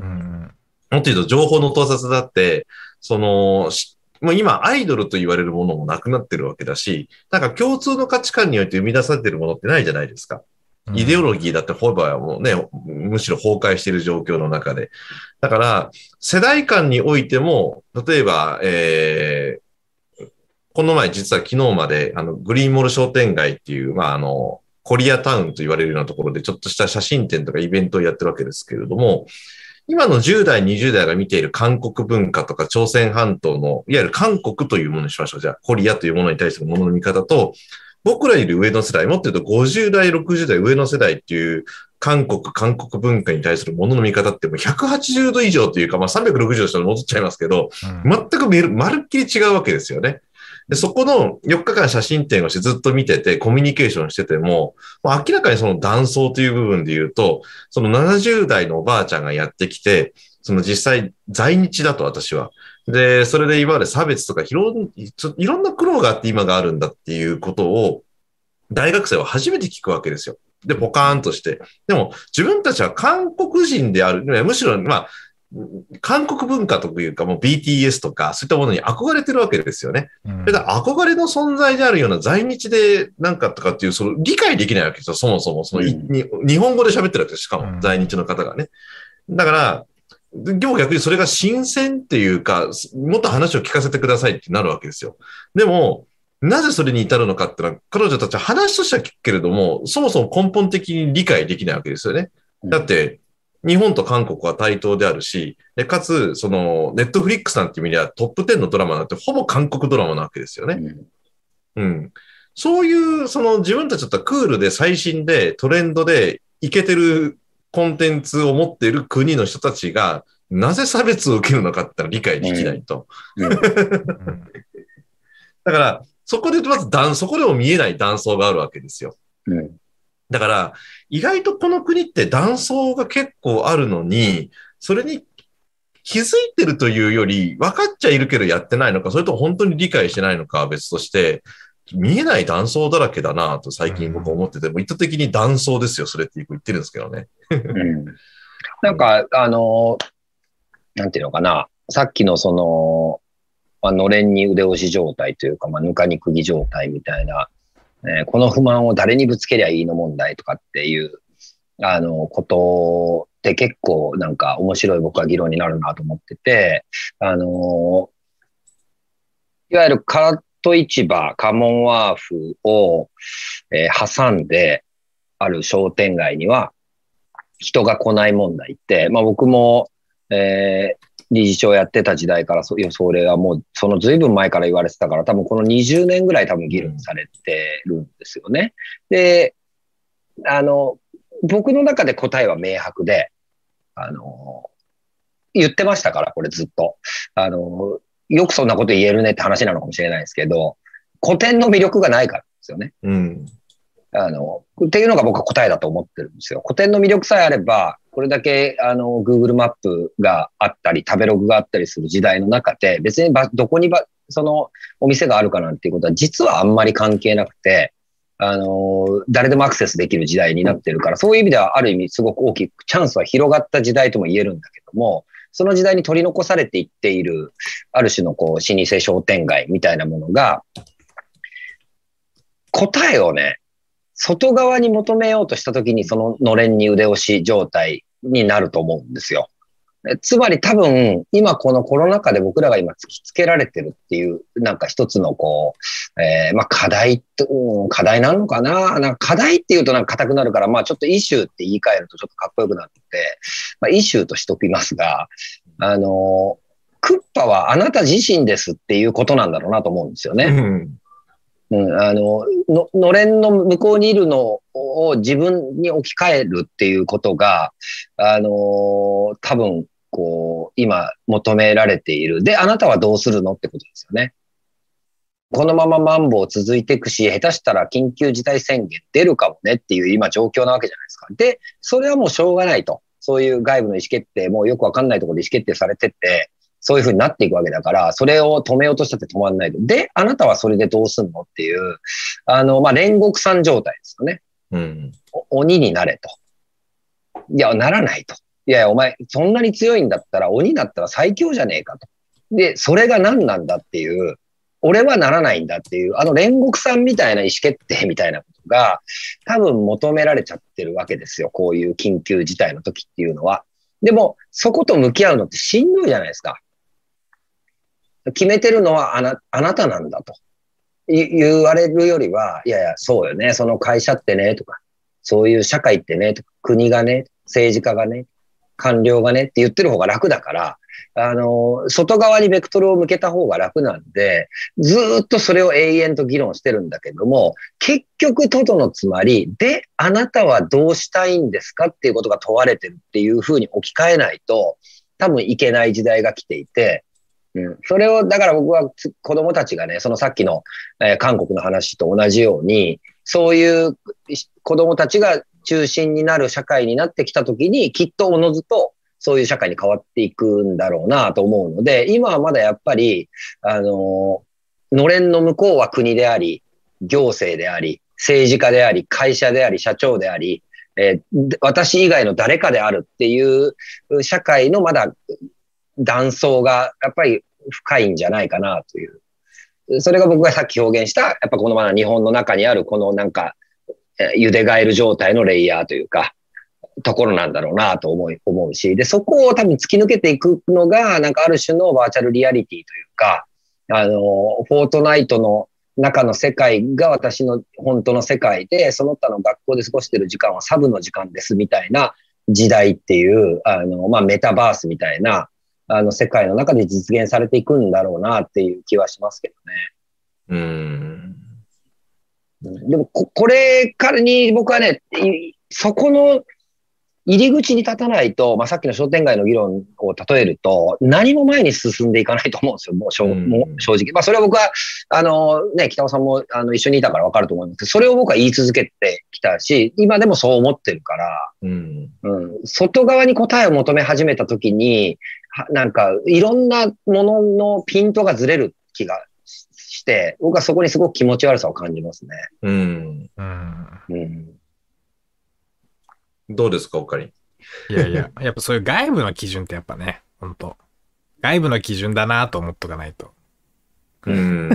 もっと言うと情報の盗撮だって、その、もう今アイドルと言われるものもなくなってるわけだし、なんか共通の価値観によって生み出されているものってないじゃないですか。イデオロギーだってほぼはもうね、むしろ崩壊している状況の中で。だから、世代間においても、例えば、えー、この前実は昨日まで、あの、グリーンモール商店街っていう、まあ、あの、コリアタウンと言われるようなところでちょっとした写真展とかイベントをやってるわけですけれども、今のじゅう代、にじゅう代が見ている韓国文化とか朝鮮半島の、いわゆる韓国というものにしましょう。じゃあ、コリアというものに対するものの見方と、僕らいる上の世代、もっと言うとごじゅう代、ろくじゅう代上の世代っていう韓国、韓国文化に対するものの見方ってもうひゃくはちじゅうど以上というか、まあさんびゃくろくじゅうどしたら戻っちゃいますけど、うん、全く見る、まるっきり違うわけですよね。で、そこのよっかかん写真展をしてずっと見てて、コミュニケーションしてても、明らかにその断層という部分で言うと、そのななじゅう代のおばあちゃんがやってきて、その実際在日だと私は。で、それでいわゆる差別とかいろん、いろんな苦労があって今があるんだっていうことを、大学生は初めて聞くわけですよ。で、ポカーンとして。でも、自分たちは韓国人である。むしろ、まあ、韓国文化というか、もう ビーティーエス とか、そういったものに憧れてるわけですよね。うん、だから憧れの存在であるような在日でなんかとかっていう、その理解できないわけですよ。そもそも。その、うん、日本語で喋ってるわけです。しかも、在日の方がね。だから、でも逆にそれが新鮮っていうか、もっと話を聞かせてくださいってなるわけですよ。でも、なぜそれに至るのかってのは、彼女たちは話としては聞くけれども、そもそも根本的に理解できないわけですよね。だって、日本と韓国は対等であるし、でかつ、その、ネットフリックスなんて意味ではトップじゅうのドラマなんてほぼ韓国ドラマなわけですよね。うん。うん、そういう、その自分たちだったらクールで最新でトレンドでイケてるコンテンツを持っている国の人たちが、なぜ差別を受けるのかってのは理解できないと。うんうん、だから、そこでまず断、そこでも見えない断層があるわけですよ。うん、だから、意外とこの国って断層が結構あるのに、それに気づいてるというより、分かっちゃいるけどやってないのか、それとも本当に理解してないのかは別として、見えない断層だらけだなと最近僕は思ってて、も意図的に断層ですよ、それって言ってるんですけどね。うん、 なんか、あの、なんていうのかな、さっきのその、まあのれんに腕押し状態というか、まあ、ぬかに釘状態みたいな、えー、この不満を誰にぶつけりゃいいの問題とかっていう、あの、ことって結構なんか面白い僕は議論になるなと思ってて、あの、いわゆる唐戸市場、カモンワーフを、えー、挟んである商店街には人が来ない問題って、まあ僕も、えー理事長やってた時代からそ、それはもう、その随分前から言われてたから、多分このにじゅうねんぐらい多分議論されてるんですよね。で、あの、僕の中で答えは明白で、あの、言ってましたから、これずっと。あの、よくそんなこと言えるねって話なのかもしれないですけど、 古典の魅力がないからですよね。 うん。 あの、っていうのが僕は答えだと思ってるんですよ。古典の魅力さえあれば、これだけ、あの、Google マップがあったり、食べログがあったりする時代の中で、別にば、どこにば、そのお店があるかなんていうことは、実はあんまり関係なくて、あの、誰でもアクセスできる時代になってるから、そういう意味ではある意味すごく大きくチャンスは広がった時代とも言えるんだけども、その時代に取り残されていっている、ある種のこう、老舗商店街みたいなものが、答えをね、外側に求めようとしたときにそののれんに腕押し状態になると思うんですよ。つまり多分、今このコロナ禍で僕らが今突きつけられてるっていう、なんか一つのこう、えー、まあ課題と、うん、課題なのかななんか課題っていうとなんか硬くなるから、まあちょっとイシューって言い換えるとちょっとかっこよくなって、まあイシューとしときますが、あの、クッパはあなた自身ですっていうことなんだろうなと思うんですよね。うんうん、あの、の、のれんの向こうにいるのを自分に置き換えるっていうことが、あのー、多分、こう、今求められている。で、あなたはどうするのってことですよね。このままマンボウ続いていくし、下手したら緊急事態宣言出るかもねっていう今状況なわけじゃないですか。で、それはもうしょうがないと。そういう外部の意思決定もよくわかんないところで意思決定されてて、そういう風になっていくわけだから、それを止めようとしたって止まんないと。で、あなたはそれでどうすんのっていう、あの、まあ、煉獄さん状態ですよね。うん。鬼になれと。いや、ならないと。いやいや、お前、そんなに強いんだったら、鬼だったら最強じゃねえかと。で、それが何なんだっていう、俺はならないんだっていう、あの煉獄さんみたいな意思決定みたいなことが、多分求められちゃってるわけですよ。こういう緊急事態の時っていうのは。でも、そこと向き合うのってしんどいじゃないですか。決めてるのはあな、あなたなんだと言われるよりは、いやいや、そうよね、その会社ってね、とか、そういう社会ってね、とか、国がね、政治家がね、官僚がねって言ってる方が楽だから、あの、外側にベクトルを向けた方が楽なんで、ずーっとそれを永遠と議論してるんだけども、結局、とどのつまり、で、あなたはどうしたいんですかっていうことが問われてるっていうふうに置き換えないと、多分いけない時代が来ていて、うん、それを、だから僕は子供たちがね、そのさっきの、えー、韓国の話と同じように、そういう子供たちが中心になる社会になってきたときに、きっとおのずとそういう社会に変わっていくんだろうなと思うので、今はまだやっぱり、あのー、のれんの向こうは国であり、行政であり、政治家であり、会社であり、社長であり、えー、私以外の誰かであるっていう社会のまだ断層がやっぱり深いんじゃないかなという。それが僕がさっき表現した、やっぱこのまま日本の中にあるこのなんか、茹でガエル状態のレイヤーというか、ところなんだろうなと思い、思うし、で、そこを多分突き抜けていくのが、なんかある種のバーチャルリアリティというか、あの、フォートナイトの中の世界が私の本当の世界で、その他の学校で過ごしている時間はサブの時間ですみたいな時代っていう、あの、まあ、メタバースみたいな、あの世界の中で実現されていくんだろうなっていう気はしますけどね。うーん。でもこ、これからに僕はね、そこの入り口に立たないと、まあ、さっきの商店街の議論を例えると、何も前に進んでいかないと思うんですよ、もう正、もう正直。まあ、それは僕は、あのね、北尾さんもあの一緒にいたから分かると思いますけど、それを僕は言い続けてきたし、今でもそう思ってるから、うんうん、外側に答えを求め始めたときに、なんか、いろんなもののピントがずれる気がして、僕はそこにすごく気持ち悪さを感じますね。うん。うんうん、どうですか、おかり。 いやいや、やっぱそういう外部の基準ってやっぱね、本当外部の基準だなと思っとかないと。うん。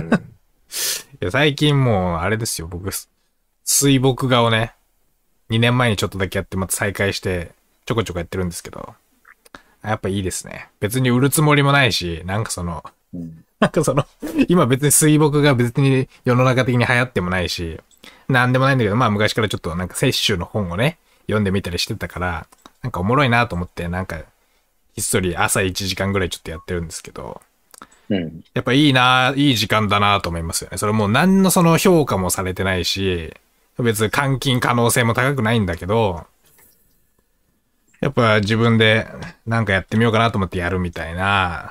いや最近もう、あれですよ、僕、水墨画をね、にねんまえにちょっとだけやってまた再開して、ちょこちょこやってるんですけど、やっぱいいですね。別に売るつもりもないし、なんかその、うん、なんかその、今別に水墨が別に世の中的に流行ってもないし、なんでもないんだけど、まあ昔からちょっとなんか摂取の本をね、読んでみたりしてたから、なんかおもろいなと思って、なんか、ひっそり朝いちじかんぐらいちょっとやってるんですけど、うん、やっぱいいな、いい時間だなと思いますよね。それもう何のその評価もされてないし、別に換金可能性も高くないんだけど、やっぱ自分でなんかやってみようかなと思ってやるみたいな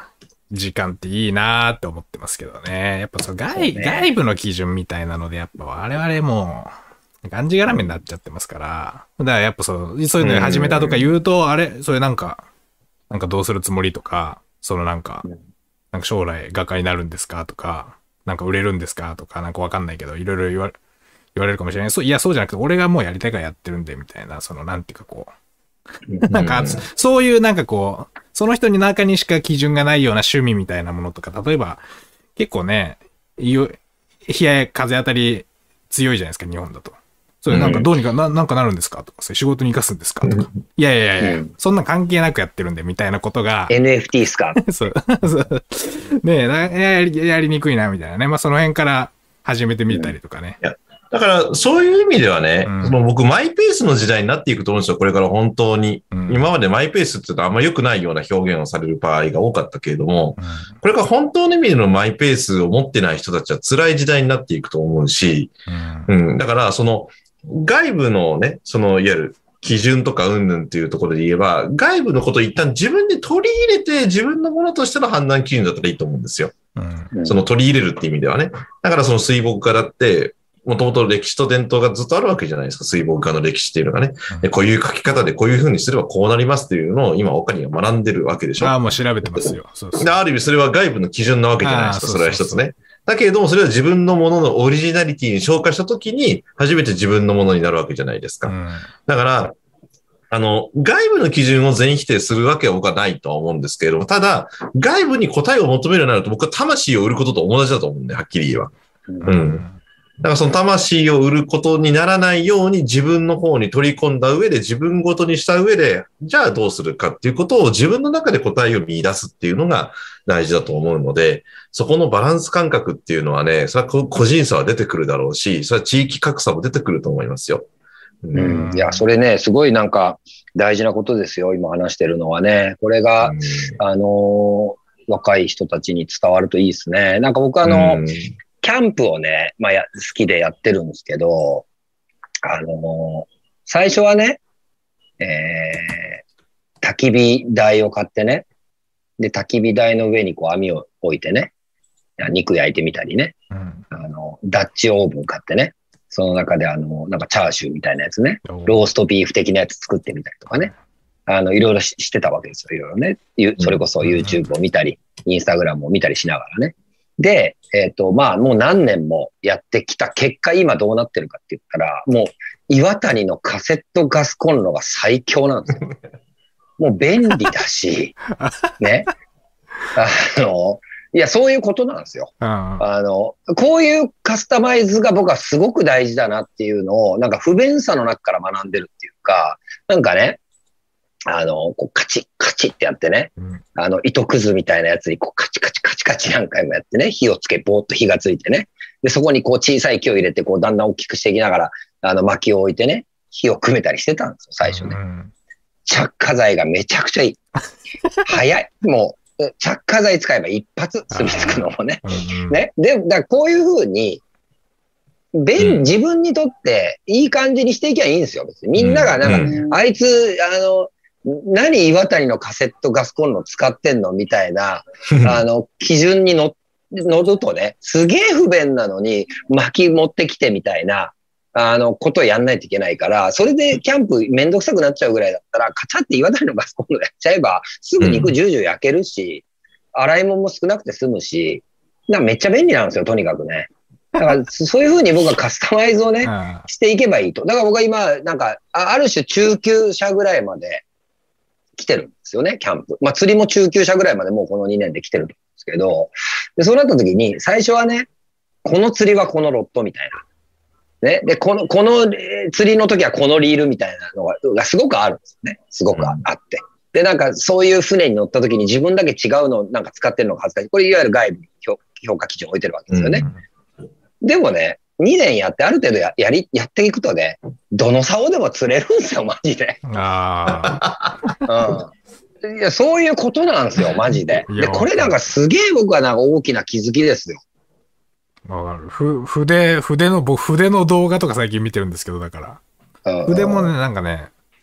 時間っていいなーって思ってますけどね。やっぱその外、ね、外部の基準みたいなので、やっぱ我々も、がんじがらめになっちゃってますから。だからやっぱそう、そういうの始めたとか言うと、あれそれなんか、なんかどうするつもりとか、そのなんか、なんか将来画家になるんですかとか、なんか売れるんですかとか、なんかわかんないけど、いろいろ言われ、言われるかもしれない。そう、いや、そうじゃなくて、俺がもうやりたいからやってるんで、みたいな、その、なんていうかこう。なんか、そういうなんかこう、その人に中にしか基準がないような趣味みたいなものとか、例えば、結構ね、冷や風当たり強いじゃないですか、日本だと。それなんかどうにかな、なんかなるんですかとか、仕事に生かすんですかとか。いやいやいやいや、そんな関係なくやってるんで、みたいなことが。 エヌエフティー っすかそう。ねえやり、やりにくいな、みたいなね。まあその辺から始めてみたりとかね。 いやだから、そういう意味ではね、うん、その僕、マイペースの時代になっていくと思うんですよ、これから本当に。うん、今までマイペースって言うとあんま良くないような表現をされる場合が多かったけれども、うん、これから本当の意味でのマイペースを持ってない人たちは辛い時代になっていくと思うし、うん、うん、だから、その、外部のね、その、いわゆる基準とか云々っていうところで言えば、外部のことを一旦自分で取り入れて自分のものとしての判断基準だったらいいと思うんですよ。うん、その取り入れるって意味ではね。だからその水墨画だって、もともと歴史と伝統がずっとあるわけじゃないですか、水墨画の歴史っていうのがね。でこういう書き方でこういう風にすればこうなりますっていうのを今、岡には学んでるわけでしょ。 ああ、もう調べてますよ。 そうそうである意味それは外部の基準なわけじゃないですか、それは一つね。だけれども、それは自分のもののオリジナリティに昇華したときに、初めて自分のものになるわけじゃないですか。うん、だから、あの、外部の基準を全否定するわけは僕はないとは思うんですけれども、ただ、外部に答えを求めるようになると、僕は魂を売ることと同じだと思うんで、はっきり言えば。うん。うんだからその魂を売ることにならないように自分の方に取り込んだ上で自分ごとにした上で、じゃあどうするかっていうことを自分の中で答えを見出すっていうのが大事だと思うので、そこのバランス感覚っていうのはね、それは個人差は出てくるだろうし、それは地域格差も出てくると思いますよ。 うん、いや、それね、すごいなんか大事なことですよ、今話してるのはね。これが、あのー、若い人たちに伝わるといいですね。なんか僕あの、キャンプをね、まあや、好きでやってるんですけど、あのー、最初はね、えー、焚き火台を買ってね、で、焚き火台の上にこう網を置いてね、肉焼いてみたりね、うん、あの、ダッチオーブン買ってね、その中であの、なんかチャーシューみたいなやつね、ローストビーフ的なやつ作ってみたりとかね、あの、いろいろ し, してたわけですよ、いろいろね。それこそ YouTube を見たり、インスタグラムを見たりしながらね。で、えっと、まあ、もう何年もやってきた結果、今どうなってるかって言ったら、もう、岩谷のカセットガスコンロが最強なんですよ。もう便利だし、ね。あの、いや、そういうことなんですよ。あの、こういうカスタマイズが僕はすごく大事だなっていうのを、なんか不便さの中から学んでるっていうか、なんかね、あの、こうカチッカチッってやってね、うん、あの、糸くずみたいなやつにこうカチカチカチカチ何回もやってね、火をつけ、ぼーっと火がついてね。で、そこにこう小さい木を入れて、こうだんだん大きくしていきながら、あの、薪を置いてね、火を組めたりしてたんですよ、最初ね。うん、着火剤がめちゃくちゃいい。早い。もう、着火剤使えば一発住み着くのもね。ね。で、だからこういう風に、便、自分にとっていい感じにしていけばいいんですよ、別に。みんながなんか、うん、あいつ、あの、何岩谷のカセットガスコンロ使ってんのみたいな、あの、基準にの乗るとね、すげえ不便なのに薪持ってきてみたいな、あの、ことをやんないといけないから、それでキャンプめんどくさくなっちゃうぐらいだったら、カチャって岩谷のガスコンロやっちゃえば、すぐ肉ジュージュー焼けるし、うん、洗い物も少なくて済むし、なんかめっちゃ便利なんですよ、とにかくね。だから、そういうふうに僕はカスタマイズをね、していけばいいと。だから僕は今、なんか、ある種中級者ぐらいまで来てるんですよね、キャンプ。まあ、釣りも中級者ぐらいまでもうこのにねんで来てるんですけど、で、そうなった時に、最初はね、この釣りはこのロットみたいな。ね。で、この、この釣りの時はこのリールみたいなのが、がすごくあるんですよね。すごくあって。で、なんか、そういう船に乗った時に自分だけ違うのをなんか使ってるのが恥ずかしい。これいわゆる外部に評価基準を置いてるわけですよね。うん、でもね、にねんやってある程度や、やり、やっていくとね、どの竿でも釣れるんですよ、マジで。ああ。うん。いや、そういうことなんですよ、マジで。で、これなんかすげえ僕はなんか大きな気づきですよ。 わかる。ふ、筆、筆の、僕、筆の動画とか最近見てるんですけど、だから。うん、筆もね、なんかね、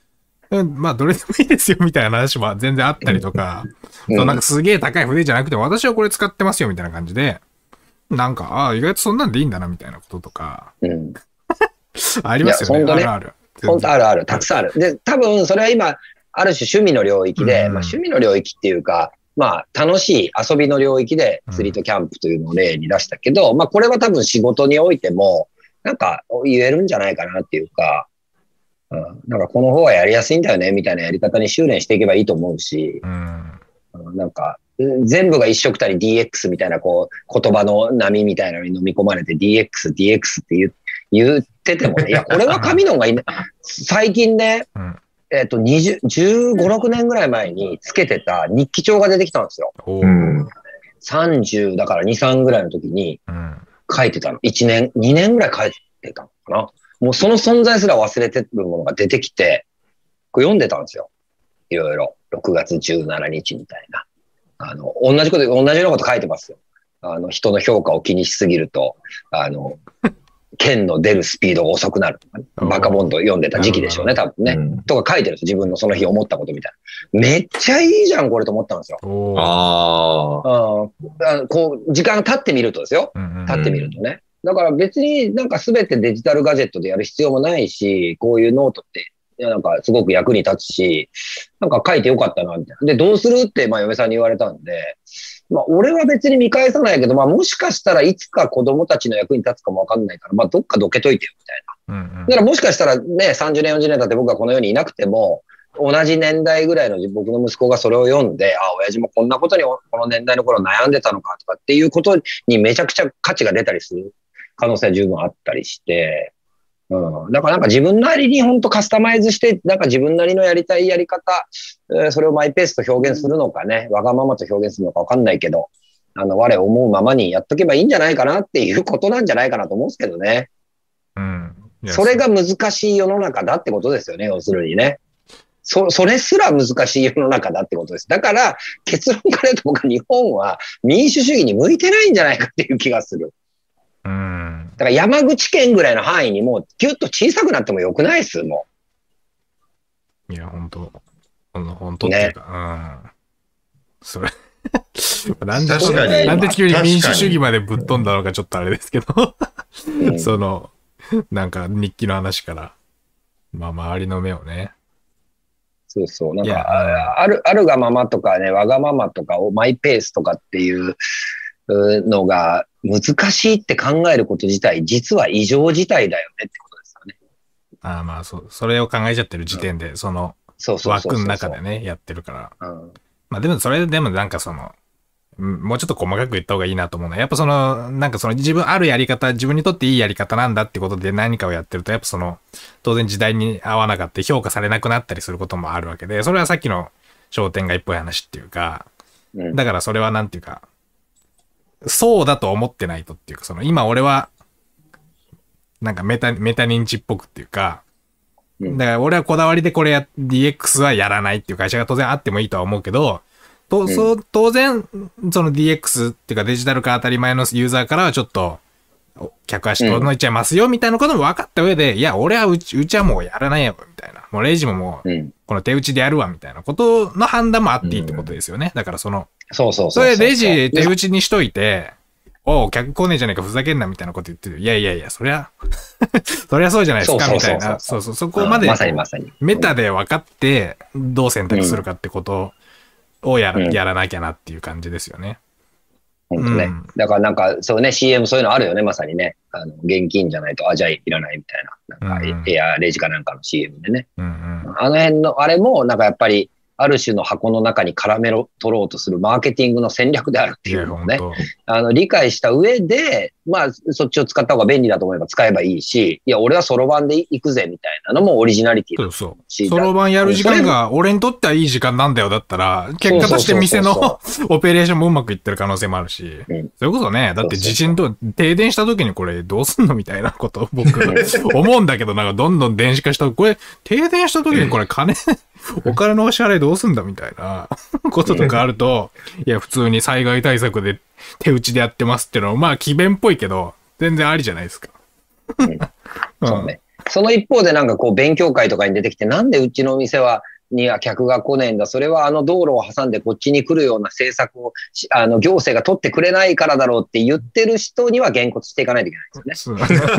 うん、まあ、どれでもいいですよ、みたいな話も全然あったりとか、うん、そうなんかすげえ高い筆じゃなくて、私はこれ使ってますよ、みたいな感じで、なんか、ああ、意外とそんなんでいいんだな、みたいなこととか、うん、ありますよね。 ね、 あるある。 本当あるある。たくさんある。で、多分、それは今、ある種趣味の領域で、うん、まあ趣味の領域っていうか、まあ楽しい遊びの領域で釣りとキャンプというのを例に出したけど、うん、まあこれは多分仕事においても、なんか言えるんじゃないかなっていうか、うん、なんかこの方がやりやすいんだよね、みたいなやり方に修練していけばいいと思うし、うん、なんか、全部が一緒くたに ディーエックス みたいなこう言葉の波みたいなのに飲み込まれて ディーエックス、ディーエックス って言言っててもね、いや、これは紙の方がいいね。最近ね、うん、えっと、にじゅう、じゅうご、ろくねんぐらい前につけてた日記帳が出てきたんですよ。うん、さんじゅうだからに、さんぐらいの時に書いてたの。いちねん、にねんぐらい書いてたのかな。もうその存在すら忘れてるものが出てきて、これ読んでたんですよ。いろいろ。ろくがつじゅうしちにちみたいな。あの、同じこと、同じようなこと書いてますよ。あの、人の評価を気にしすぎると、あの、剣の出るスピードが遅くなるとかね。バカボンド読んでた時期でしょうね、多分ね。うん、とか書いてるんですよ。自分のその日思ったことみたいな。めっちゃいいじゃん、これと思ったんですよ。ああ。こう、時間経ってみるとですよ。経ってみるとね。だから別になんか全てデジタルガジェットでやる必要もないし、こういうノートって、いやなんかすごく役に立つし、なんか書いてよかったな、みたいな。で、どうするって、まあ嫁さんに言われたんで、まあ俺は別に見返さないけど、まあもしかしたらいつか子供たちの役に立つかもわかんないから、まあどっかどけといてよ、みたいな。うんうん、だからもしかしたらね、さんじゅうねん、よんじゅうねん経って僕がこの世にいなくても、同じ年代ぐらいの僕の息子がそれを読んで、あ、親父もこんなことにこの年代の頃悩んでたのかとかっていうことにめちゃくちゃ価値が出たりする可能性は十分あったりして、うん。だからなんか自分なりに本当カスタマイズして、なんか自分なりのやりたいやり方、えー、それをマイペースと表現するのかね、わがままと表現するのかわかんないけど、あの、我思うままにやっとけばいいんじゃないかなっていうことなんじゃないかなと思うんですけどね。うん。それが難しい世の中だってことですよね、要するにね。そ、それすら難しい世の中だってことです。だから、結論から言うと僕は日本は民主主義に向いてないんじゃないかっていう気がする。うん。だから山口県ぐらいの範囲にもうギュッと小さくなってもよくないっす、もう。いや、本当本当っていうか、ね、うん。それ。なんで、確かになんで急に民主主義までぶっ飛んだのかちょっとあれですけど、うん、その、なんか日記の話から、まあ周りの目をね。 そうそう。なんか、ある、あるがままとかね、わがままとかをマイペースとかっていうのが難しいって考えること自体、実は異常事態だよねってことですよね。 ああまあそう、それを考えちゃってる時点で、うん、その枠の中でね、やってるから。うん、まあでもそれでもなんかその、もうちょっと細かく言った方がいいなと思うのは、やっぱその、なんかその自分あるやり方、自分にとっていいやり方なんだってことで何かをやってると、やっぱその、当然時代に合わなかった評価されなくなったりすることもあるわけで、それはさっきの商店街っぽい話っていうか、だからそれはなんていうか、そうだと思ってないとっていうか、その今俺は、なんかメタ、メタ認知っぽくっていうか、だから俺はこだわりでこれや、ディーエックス はやらないっていう会社が当然あってもいいとは思うけど、と、そう、当然、その ディーエックス っていうかデジタル化当たり前のユーザーからはちょっと、客足遠のいちゃいますよ、みたいなことも分かった上で、いや、俺はうち、うちはもうやらないよ、みたいな。もうレイジももう、この手打ちでやるわ、みたいなことの判断もあっていいってことですよね。だからその、 そうそうそう。 それレジ手打ちにしといて、おう、客来ねえじゃねえか、ふざけんな、みたいなこと言ってる。いやいやいや、そりゃ、そりゃそうじゃないですか、みたいな。そうそう、そこまで、メタで分かって、どう選択するかってことをやら、やらなきゃなっていう感じですよね。 本当ね。うん、だからなんか、そうね、シーエム そういうのあるよね、まさにね。あの、現金じゃないと、あ、じゃあいらないみたいな。なんか、うん、エアレジかなんかの シーエム でね。うんうん、あの辺の、あれも、なんかやっぱり、ある種の箱の中に絡めろ、取ろうとするマーケティングの戦略であるっていうのをね、あの、理解した上で、まあ、そっちを使った方が便利だと思えば使えばいいし、いや、俺はソロ版で行くぜ、みたいなのもオリジナリティだし。そうそう。 ソロ版やる時間が、俺にとってはいい時間なんだよ、だったら、結果として店のオペレーションもうまくいってる可能性もあるし、うん、それこそね、だって地震と、停電した時にこれどうすんのみたいなことを僕、思うんだけど、なんかどんどん電子化した、これ、停電した時にこれ金、お金のお支払いどうすんだみたいなこととかあると、いや、普通に災害対策で手打ちでやってますっていうのは、まあ、詭弁っぽいけど、全然ありじゃないですか。 うん、そうね。 その一方でなんかこう勉強会とかに出てきて、なんでうちのお店は、には客が来ねえんだ。それはあの道路を挟んでこっちに来るような政策を、あの行政が取ってくれないからだろうって言ってる人には言骨していかないといけないですよね。そうそう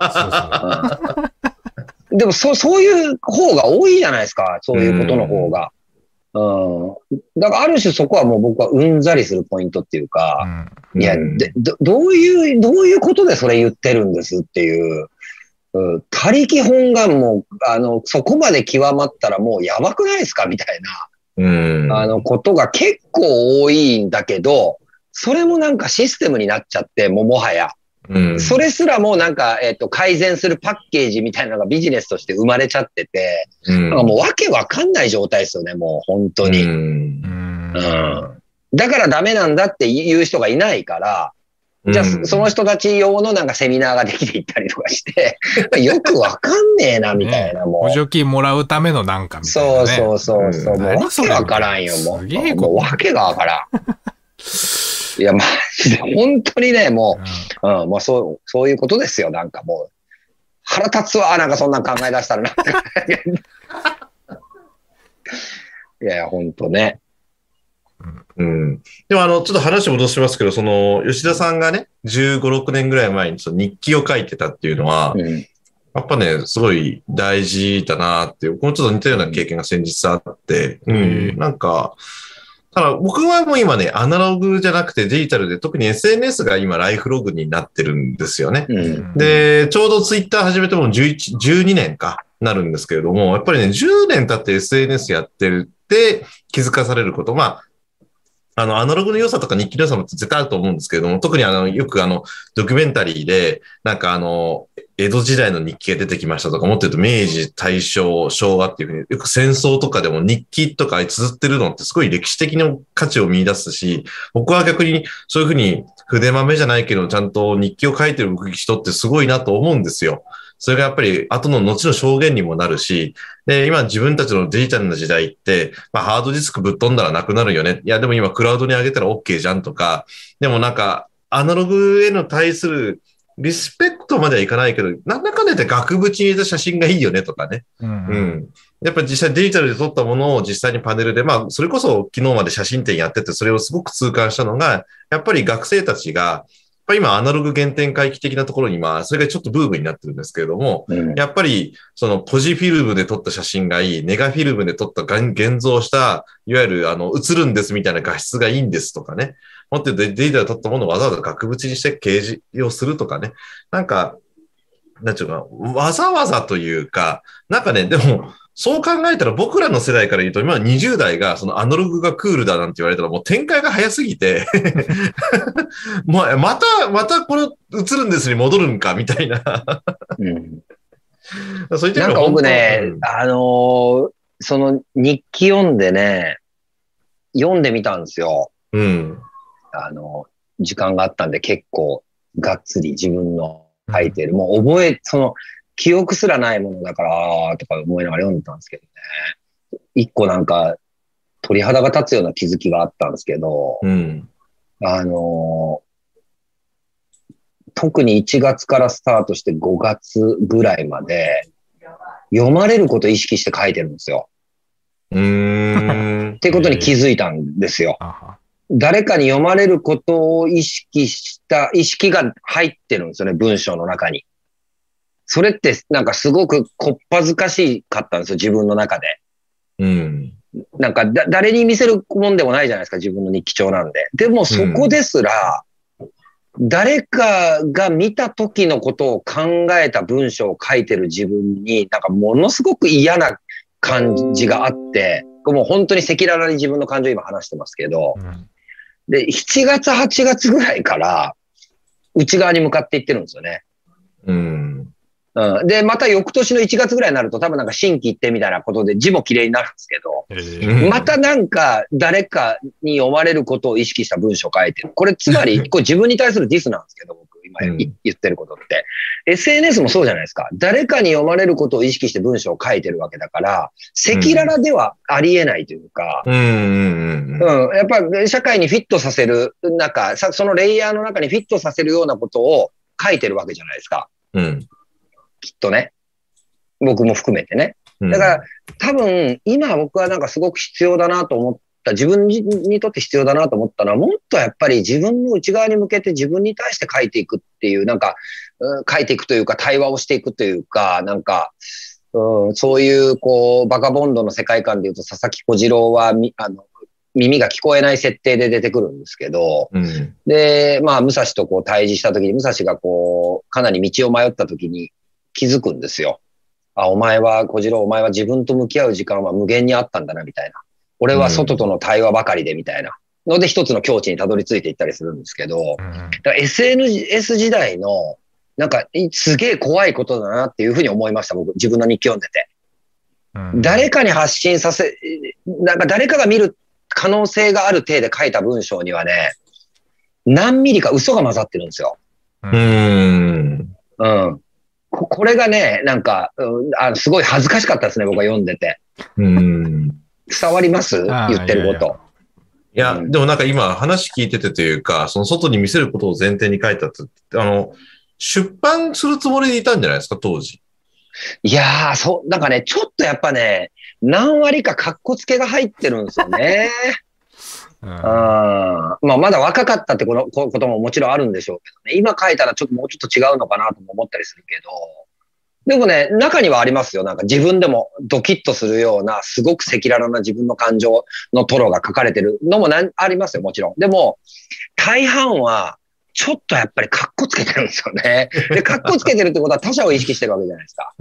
うん、でもそ、そういう方が多いじゃないですか。そういうことの方が。うん、だからある種そこはもう僕はうんざりするポイントっていうか、うん、いやでど、どういう、どういうことでそれ言ってるんですっていう。うん、他力本願も、あの、そこまで極まったらもうやばくないですかみたいな、うん、あの、ことが結構多いんだけど、それもなんかシステムになっちゃって、もうもはや。うん、それすらもなんか、えっと、改善するパッケージみたいなのがビジネスとして生まれちゃってて、うん、なんかもうわけわかんない状態ですよね、もう本当に。うんうん、だからダメなんだって言う人がいないから、じゃあ、その人たち用のなんかセミナーができていったりとかして、よくわかんねえな、みたいな、もう。 補助金もらうためのなんかみたいな、ね。 そうそうそうそう。うん、もうわけわからんよ、もう。すげえもうわけがわからん。いや、マジで、本当にね、もう、うん、うん、もうそう、そういうことですよ、なんかもう。腹立つわ、なんかそんなん考え出したらなんか。いやいや、本当ね。 うん。でもあの、ちょっと話戻しますけど、その、吉田さんがね、じゅうご、ろくねんぐらい前にその日記を書いてたっていうのは、うん、やっぱね、すごい大事だなっていう、僕もちょっと似たような経験が先日あって、うん、うん、なんか、ただ僕はもう今ね、アナログじゃなくてデジタルで、特に エスエヌエス が今ライフログになってるんですよね。うん、で、ちょうどツイッター始めてもじゅういち、じゅうにねんかなるんですけれども、やっぱりね、じゅうねん経って エスエヌエス やってるって気づかされること、まあ、あの、アナログの良さとか日記の良さも絶対あると思うんですけれども、特にあの、よくあの、ドキュメンタリーで、なんかあの、江戸時代の日記が出てきましたとか、もっと言うと明治、大正、昭和っていうふうに、よく戦争とかでも日記とか綴ってるのってすごい歴史的な価値を見出すし、僕は逆にそういうふうに筆豆じゃないけど、ちゃんと日記を書いてる人ってすごいなと思うんですよ。それがやっぱり後の後の証言にもなるし、で、今自分たちのデジタルな時代って、まあハードディスクぶっ飛んだらなくなるよね。いや、でも今クラウドに上げたら OK じゃんとか、でもなんかアナログへの対するリスペクトまではいかないけど、なんだかんだ言って額縁に入れた写真がいいよねとかね。うん、うん。やっぱり実際デジタルで撮ったものを実際にパネルで、まあそれこそ昨日まで写真展やってて、それをすごく痛感したのが、やっぱり学生たちが、やっぱり今アナログ原点回帰的なところに今、それがちょっとブームになってるんですけれども、うん、やっぱりそのポジフィルムで撮った写真がいい、ネガフィルムで撮った現像した、いわゆるあの映るんですみたいな画質がいいんですとかね、もっとデジタルで撮ったものをわざわざ額縁にして掲示をするとかね、なんか、なんていうかな、わざわざというか、なんかね、でも、そう考えたら僕らの世代から言うと、今にじゅう代がそのアナログがクールだなんて言われたらもう展開が早すぎてもうまた、またこの映るんですに戻るんかみたいなうん。 そういったなんか僕ね、うん、あのー、その日記読んでね、読んでみたんですよ。うん。あの、時間があったんで結構がっつり自分の書いてる。うん、もう覚え、その、記憶すらないものだから、とか思いながら読んでたんですけどね。一個なんか、鳥肌が立つような気づきがあったんですけど、うん、あのー、特にいちがつからスタートしてごがつぐらいまで、読まれることを意識して書いてるんですよ。うーんってことに気づいたんですよ。誰かに読まれることを意識した意識が入ってるんですよね、文章の中に。それってなんかすごくこっぱずかしかったんですよ、自分の中で。うん。なんかだ誰に見せるもんでもないじゃないですか、自分の日記帳なんで。でもそこですら、うん、誰かが見た時のことを考えた文章を書いてる自分に、なんかものすごく嫌な感じがあって、もう本当に赤裸々に自分の感情を今話してますけど、うん、で、しちがつ、はちがつぐらいから内側に向かっていってるんですよね。うんうん、で、また翌年のいちがつぐらいになると多分なんか心機一転みたいなことで字も綺麗になるんですけど、えー、またなんか誰かに読まれることを意識した文章を書いてる。これつまり、これ自分に対するディスなんですけど、僕今言ってることって。エスエヌエス もそうじゃないですか。誰かに読まれることを意識して文章を書いてるわけだから、赤裸々ではありえないというか、うん、やっぱり社会にフィットさせる、なんか、そのレイヤーの中にフィットさせるようなことを書いてるわけじゃないですか。うんきっとね。 僕も含めてね。だから、多分、今僕はなんかすごく必要だなと思った、自分にとって必要だなと思ったのは、もっとやっぱり自分の内側に向けて自分に対して書いていくっていう、なんか、うん、書いていくというか、対話をしていくというか、なんか、うん、そういう、こう、バカボンドの世界観で言うと、佐々木小次郎は、み、あの、耳が聞こえない設定で出てくるんですけど、うん、で、まあ、武蔵とこう対峙した時に、武蔵がこう、かなり道を迷った時に気づくんですよ。あ、お前は、小次郎、お前は自分と向き合う時間は無限にあったんだな、みたいな。俺は外との対話ばかりで、みたいな。ので、一つの境地にたどり着いていったりするんですけど、だから エスエヌエス 時代の、なんか、すげえ怖いことだなっていうふうに思いました、僕、自分の日記読んでて。うん、誰かに発信させ、なんか誰かが見る可能性がある体で書いた文章にはね、何ミリか嘘が混ざってるんですよ。 うーん。 うん。こ, これがね、なんか、うん、あのすごい恥ずかしかったですね、僕は読んでて。 うん。 伝わります言ってること。 いや、いや、でもなんか今話聞いててというか、その外に見せることを前提に書いたって、あの、出版するつもりでいたんじゃないですか、当時。 いやー、そう、なんかね、ちょっとやっぱね、何割かカッコつけが入ってるんですよね。うん、あまあ、まだ若かったってこのことももちろんあるんでしょうけどね。今書いたらちょっともうちょっと違うのかなとも思ったりするけど。でもね、中にはありますよ。なんか自分でもドキッとするような、すごく赤裸々な自分の感情のトロが書かれてるのもなんありますよ、もちろん。でも、大半は、ちょっとやっぱりカッコつけてるんですよね。で、カッコつけてるってことは他者を意識してるわけじゃないですか。 うん。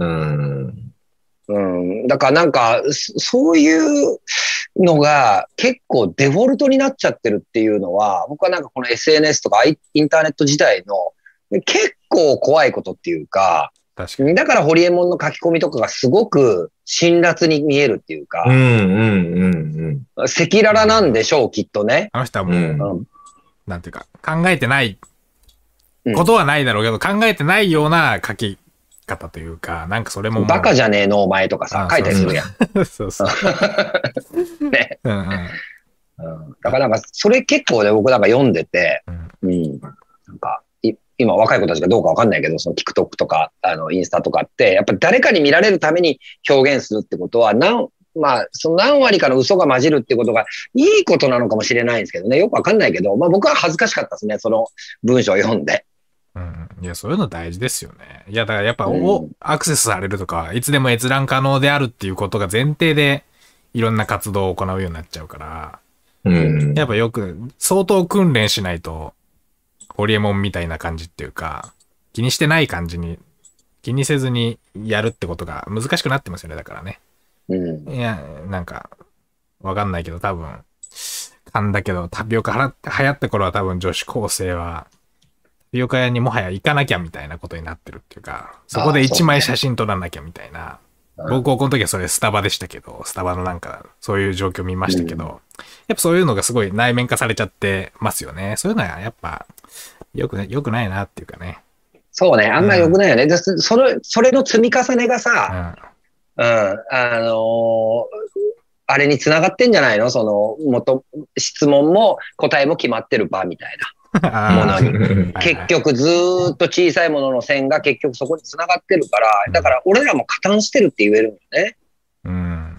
うん。だからなんか、そういうのが結構デフォルトになっちゃってるっていうのは、僕はなんかこの エスエヌエス とかインターネット時代の結構怖いことっていうか、 確かにだからホリエモンの書き込みとかがすごく辛辣に見えるっていうか、 うんうんうんうん。 赤裸々なんでしょう、きっとね。 あの人はもう、うん、なんていうか、考えてないことはないだろうけど、うん、考えてないような書き方というか、なんかそれももうバカじゃねえのお前とかさ、書いたりするやん。 そうそう。 ね。うんうんうん、だからなんか、それ結構ね、僕なんか読んでて、うん、うん、なんか、今若い子たちがどうかわかんないけど、その TikTok とか、あの、インスタとかって、やっぱり誰かに見られるために表現するってことは、何、まあ、その何割かの嘘が混じるってことがいいことなのかもしれないんですけどね。よくわかんないけど、まあ僕は恥ずかしかったですね。その文章を読んで。 うん。いや、そういうの大事ですよね。いや、だからやっぱ、うん、アクセスされるとか、いつでも閲覧可能であるっていうことが前提で、いろんな活動を行うようになっちゃうから、 うん。 やっぱよく、相当訓練しないと、ホリエモンみたいな感じっていうか、気にしてない感じに、気にせずにやるってことが難しくなってますよね、だからね。 うん、 いや、なんか、わかんないけど多分、勘だけど、タピオカは流行った頃は多分女子高生は、タピオカ屋にもはや行かなきゃみたいなことになってるっていうか、そこで一枚写真撮らなきゃみたいな。僕高校の時はそれスタバでしたけど、スタバのなんか、そういう状況見ましたけど、うん、やっぱそういうのがすごい内面化されちゃってますよね。そういうのはやっぱ、よくね、よくないなっていうかね。 そうね、あんまりよくないよね。うん、それ、それの積み重ねがさ、うん、うん、あのー、あれに繋がってんじゃないのその、元、質問も答えも決まってる場みたいなものに。結局ずーっと小さいものの線が結局そこに繋がってるから、だから俺らも加担してるって言えるんだよね。 うん。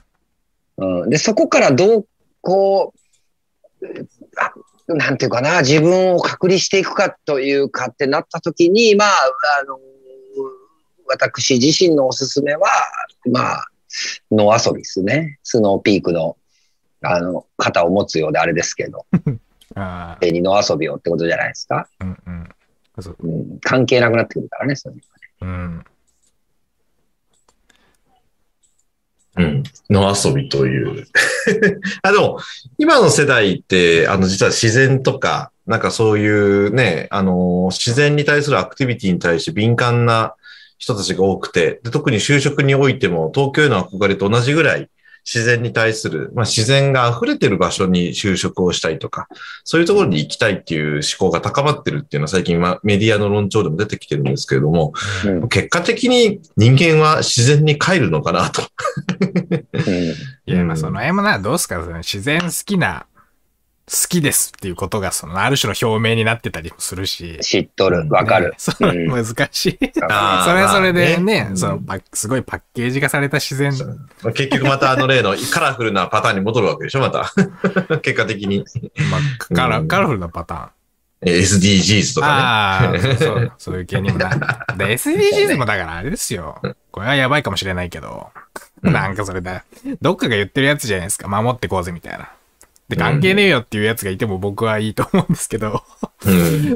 うん。で、そこからどう、こう、あなんていうかな、自分を隔離していくかというかってなった時に、まあ、あの、私自身のおすすめは、まあ、野遊びですね。スノーピークの、あの、肩を持つようであれですけど。 ああ。に野遊びをってことじゃないですか。 うんうんそううん、関係なくなってくるからね、そういうのはね。 うん。うん。野遊びという。あ、でも、今の世代って、あの、実は自然とか、なんかそういうね、あの、自然に対するアクティビティに対して敏感な人たちが多くて、で特に就職においても、東京への憧れと同じぐらい、自然に対する、まあ、自然が溢れてる場所に就職をしたいとか、そういうところに行きたいっていう思考が高まってるっていうのは最近はメディアの論調でも出てきてるんですけれども、うん、結果的に人間は自然に帰るのかなと。 いや、まあその辺もな、どうすか、自然好きなきですっていうことが、その、ある種の表明になってたりもするし。 知っとる。わかる。 それ難しい。それはそれでね、その、すごいパッケージ化された自然。 結局またあの例のカラフルなパターンに戻るわけでしょ、また。結果的に。 まあ、カラ、カラフルなパターン。 エスディージーズ とかね。 ああ、そうそう、そういう系にもな。で、エスディージーズ もだからあれですよ。これはやばいかもしれないけど、なんかそれだ。どっかが言ってるやつじゃないですか。守ってこうぜみたいな。で、関係ねえよっていうやつがいても僕はいいと思うんですけど。うん、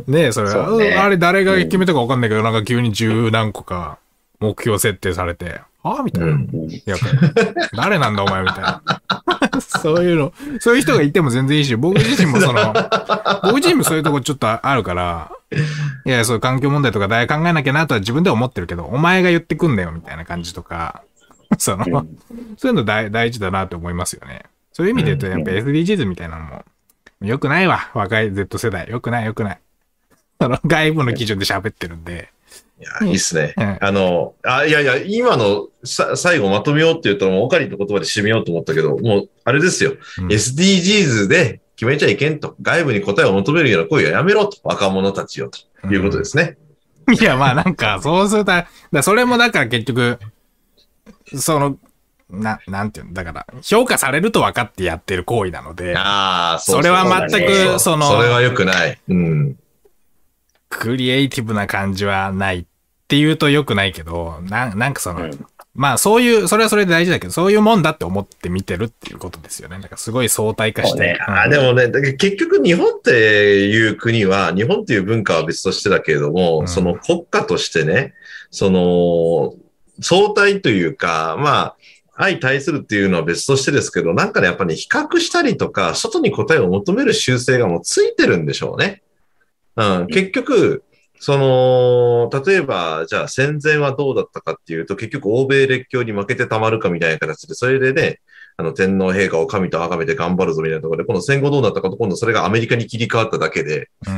ねえ、それは、ね、あれ誰が決めたかわかんないけど、なんか急に十何個か目標設定されて、はぁみたいな。うん、いや、誰なんだお前みたいな。そういうの、そういう人がいても全然いいし、僕自身もその、僕自身もそういうとこちょっとあるから、いや、そういう環境問題とか大考えなきゃなとは自分では思ってるけど、お前が言ってくんだよみたいな感じとか、その、うん、そういうの大大事だなと思いますよね。そういう意味で言うと、やっぱ エスディージーズ みたいなのも、良くないわ。若い Z 世代。良くない、良くない。あの、外部の基準で喋ってるんで。 いや、いいっすね。うん、あの、あ、いやいや、今のさ最後まとめようって言ったら、もうオカリンの言葉で締めようと思ったけど、もう、あれですよ。うん、エスディージーズ で決めちゃいけんと。外部に答えを求めるような声はやめろと。若者たちよということですね。 うん、いや、まあなんか、そうすると、だそれもだから結局、その、な、なんていうんだから、評価されると分かってやってる行為なので、 ああ、 そうそうそれは全く、その、 それは良くない。うん。 クリエイティブな感じはないって言うと良くないけど、な、なんかその、うん、まあそういう、それはそれで大事だけど、そういうもんだって思って見てるっていうことですよね。だからすごい相対化して。 ね、あでもね、結局日本っていう国は、日本っていう文化は別としてだけれども、うん、その国家としてね、その、相対というか、まあ、相対するっていうのは別としてですけど、なんかね、やっぱり、ね、比較したりとか、外に答えを求める習性がもうついてるんでしょうね。うん、結局、その、例えば、じゃあ戦前はどうだったかっていうと、結局欧米列強に負けてたまるかみたいな形で、それでね、あの天皇陛下を神と崇めて頑張るぞみたいなところで、今度戦後どうなったかと、今度それがアメリカに切り替わっただけで、うん、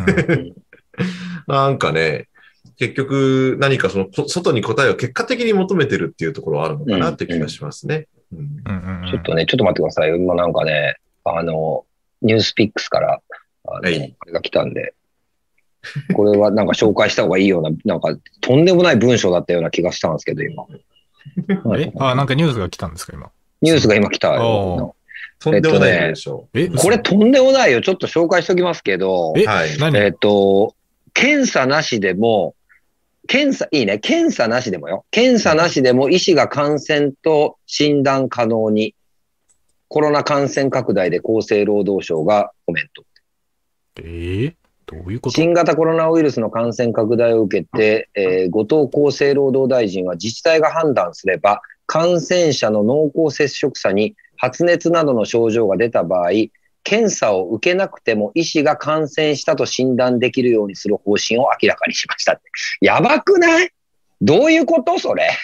なんかね、結局何かその外に答えを結果的に求めてるっていうところはあるのかなって気がしますね。 ちょっとね、ちょっと待ってください。今なんかね、あの、ニュースピックスから、あの、はい、あれが来たんで、これはなんか紹介した方がいいような、なんかとんでもない文章だったような気がしたんですけど、今。 えあ、なんかニュースが来たんですか、今。 ニュースが今来たよ。 とんでもない文章。 えっとね、これとんでもないよ。ちょっと紹介しておきますけど、 え、はい、何えっと、検査なしでも、検査、いいね。検査なしでもよ。検査なしでも医師が感染と診断可能に。コロナ感染拡大で厚生労働省がコメント。 えー、どういうこと？ 新型コロナウイルスの感染拡大を受けて、えー、後藤厚生労働大臣は自治体が判断すれば、感染者の濃厚接触者に発熱などの症状が出た場合、検査を受けなくても医師が感染したと診断できるようにする方針を明らかにしましたって。やばくない？どういうことそれ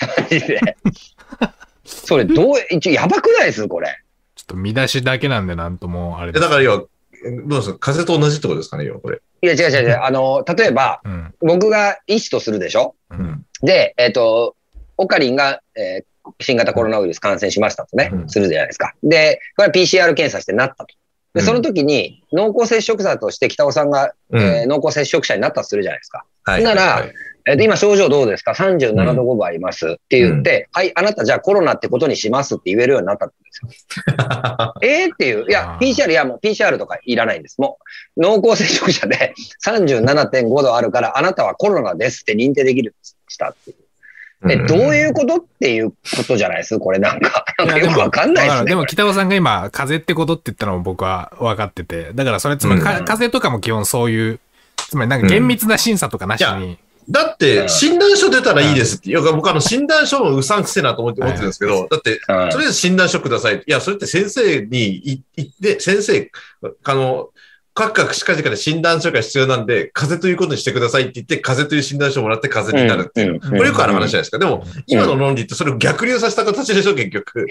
それどう、一応やばくないですこれ。 ちょっと見出しだけなんでなんともあれです。 だから要は、どうですか風邪と同じってことですかね要はこれ。 いや違う違う違う。あの、例えば、うん、僕が医師とするでしょ、うん、で、えっと、オカリンが、えー、新型コロナウイルス感染しましたとね、うん、するじゃないですか。で、これ ピーシーアール 検査してなったと。で、その時に、濃厚接触者として北尾さんが、うん、えー、濃厚接触者になったとするじゃないですか。はい。なら、はいはい、えっと、今症状どうですか ?さんじゅうななどごぶありますって言って、うん、はい、あなたじゃあコロナってことにしますって言えるようになったんですよ。えーっていう、いや、ピーシーアール、いやもう ピーシーアール とかいらないんです。もう、濃厚接触者で さんじゅうななてんごどあるから、あなたはコロナですって認定できるしたっていう。え、どういうことっていうことじゃないですこれなんか。なんかよくわかんないですね。 でも北尾さんが今、風邪ってことって言ったのも僕は分かってて。だからそれつまり、うん、風邪とかも基本そういう、つまりなんか厳密な審査とかなしに。うん、 だって、診断書出たらいいですって。うん、僕あの診断書もうさんくせえなと思って思ってるんですけど、だって、とりあえず診断書ください。いや、それって先生に言って、先生、あの、各々しかじかで診断書が必要なんで、風邪ということにしてくださいって言って、風邪という診断書をもらって風邪になるっていう。これよくある話じゃないですか。でも、今の論理ってそれを逆流させた形でしょ、結局。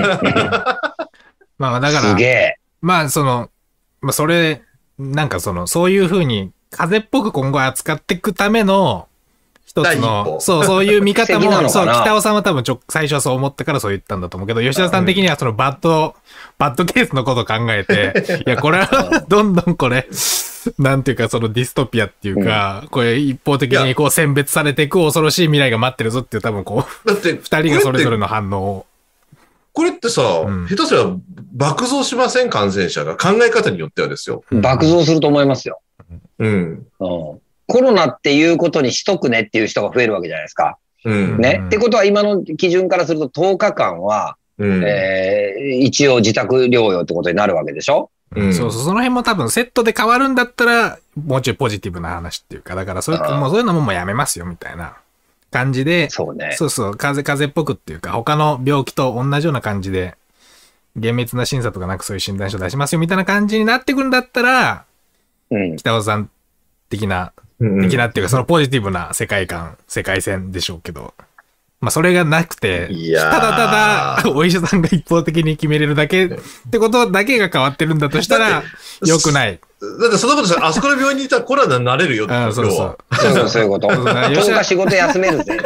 まあ、だから、まあ、その、まあ、それ、なんかその、そういうふうに、風邪っぽく今後扱っていくための、 一つの、そう、そういう見方も、そう、北尾さんは多分ちょ、最初はそう思ったからそう言ったんだと思うけど、吉田さん的にはそのバッド、バッドケースのことを考えて、いや、これは、どんどんこれ、なんていうか、そのディストピアっていうか、うん、これ一方的にこう選別されていく恐ろしい未来が待ってるぞっていう多分こう、だって二人がそれぞれの反応を。 これってさ、うん、下手すれば爆増しません？感染者が。考え方によってはですよ。 爆増すると思いますよ。 うん。うん。 コロナっていうことにしとくねっていう人が増えるわけじゃないですか。うん。ね。ってことは今の基準からするととおかかんは、うん、えー、一応自宅療養ってことになるわけでしょ？ うん、そうそう、その辺も多分セットで変わるんだったら、もうちょいポジティブな話っていうか、だからそれ、もうそういうのももうやめますよみたいな感じで、 そうね。 そうそう、風邪風邪っぽくっていうか、他の病気と同じような感じで、厳密な審査とかなくそういう診断書出しますよみたいな感じになってくるんだったら、うん、北尾さん的な、的なっていうか、そのポジティブな世界観、世界線でしょうけど、まあそれがなくて、ただただお医者さんが一方的に決めれるだけってことだけが変わってるんだとしたら、良くない。 だってそんなことしたら、あそこの病院にいたらコロナになれるよってこと。そうそう。そうそう、そういうこと。とおか仕事休めるぜ。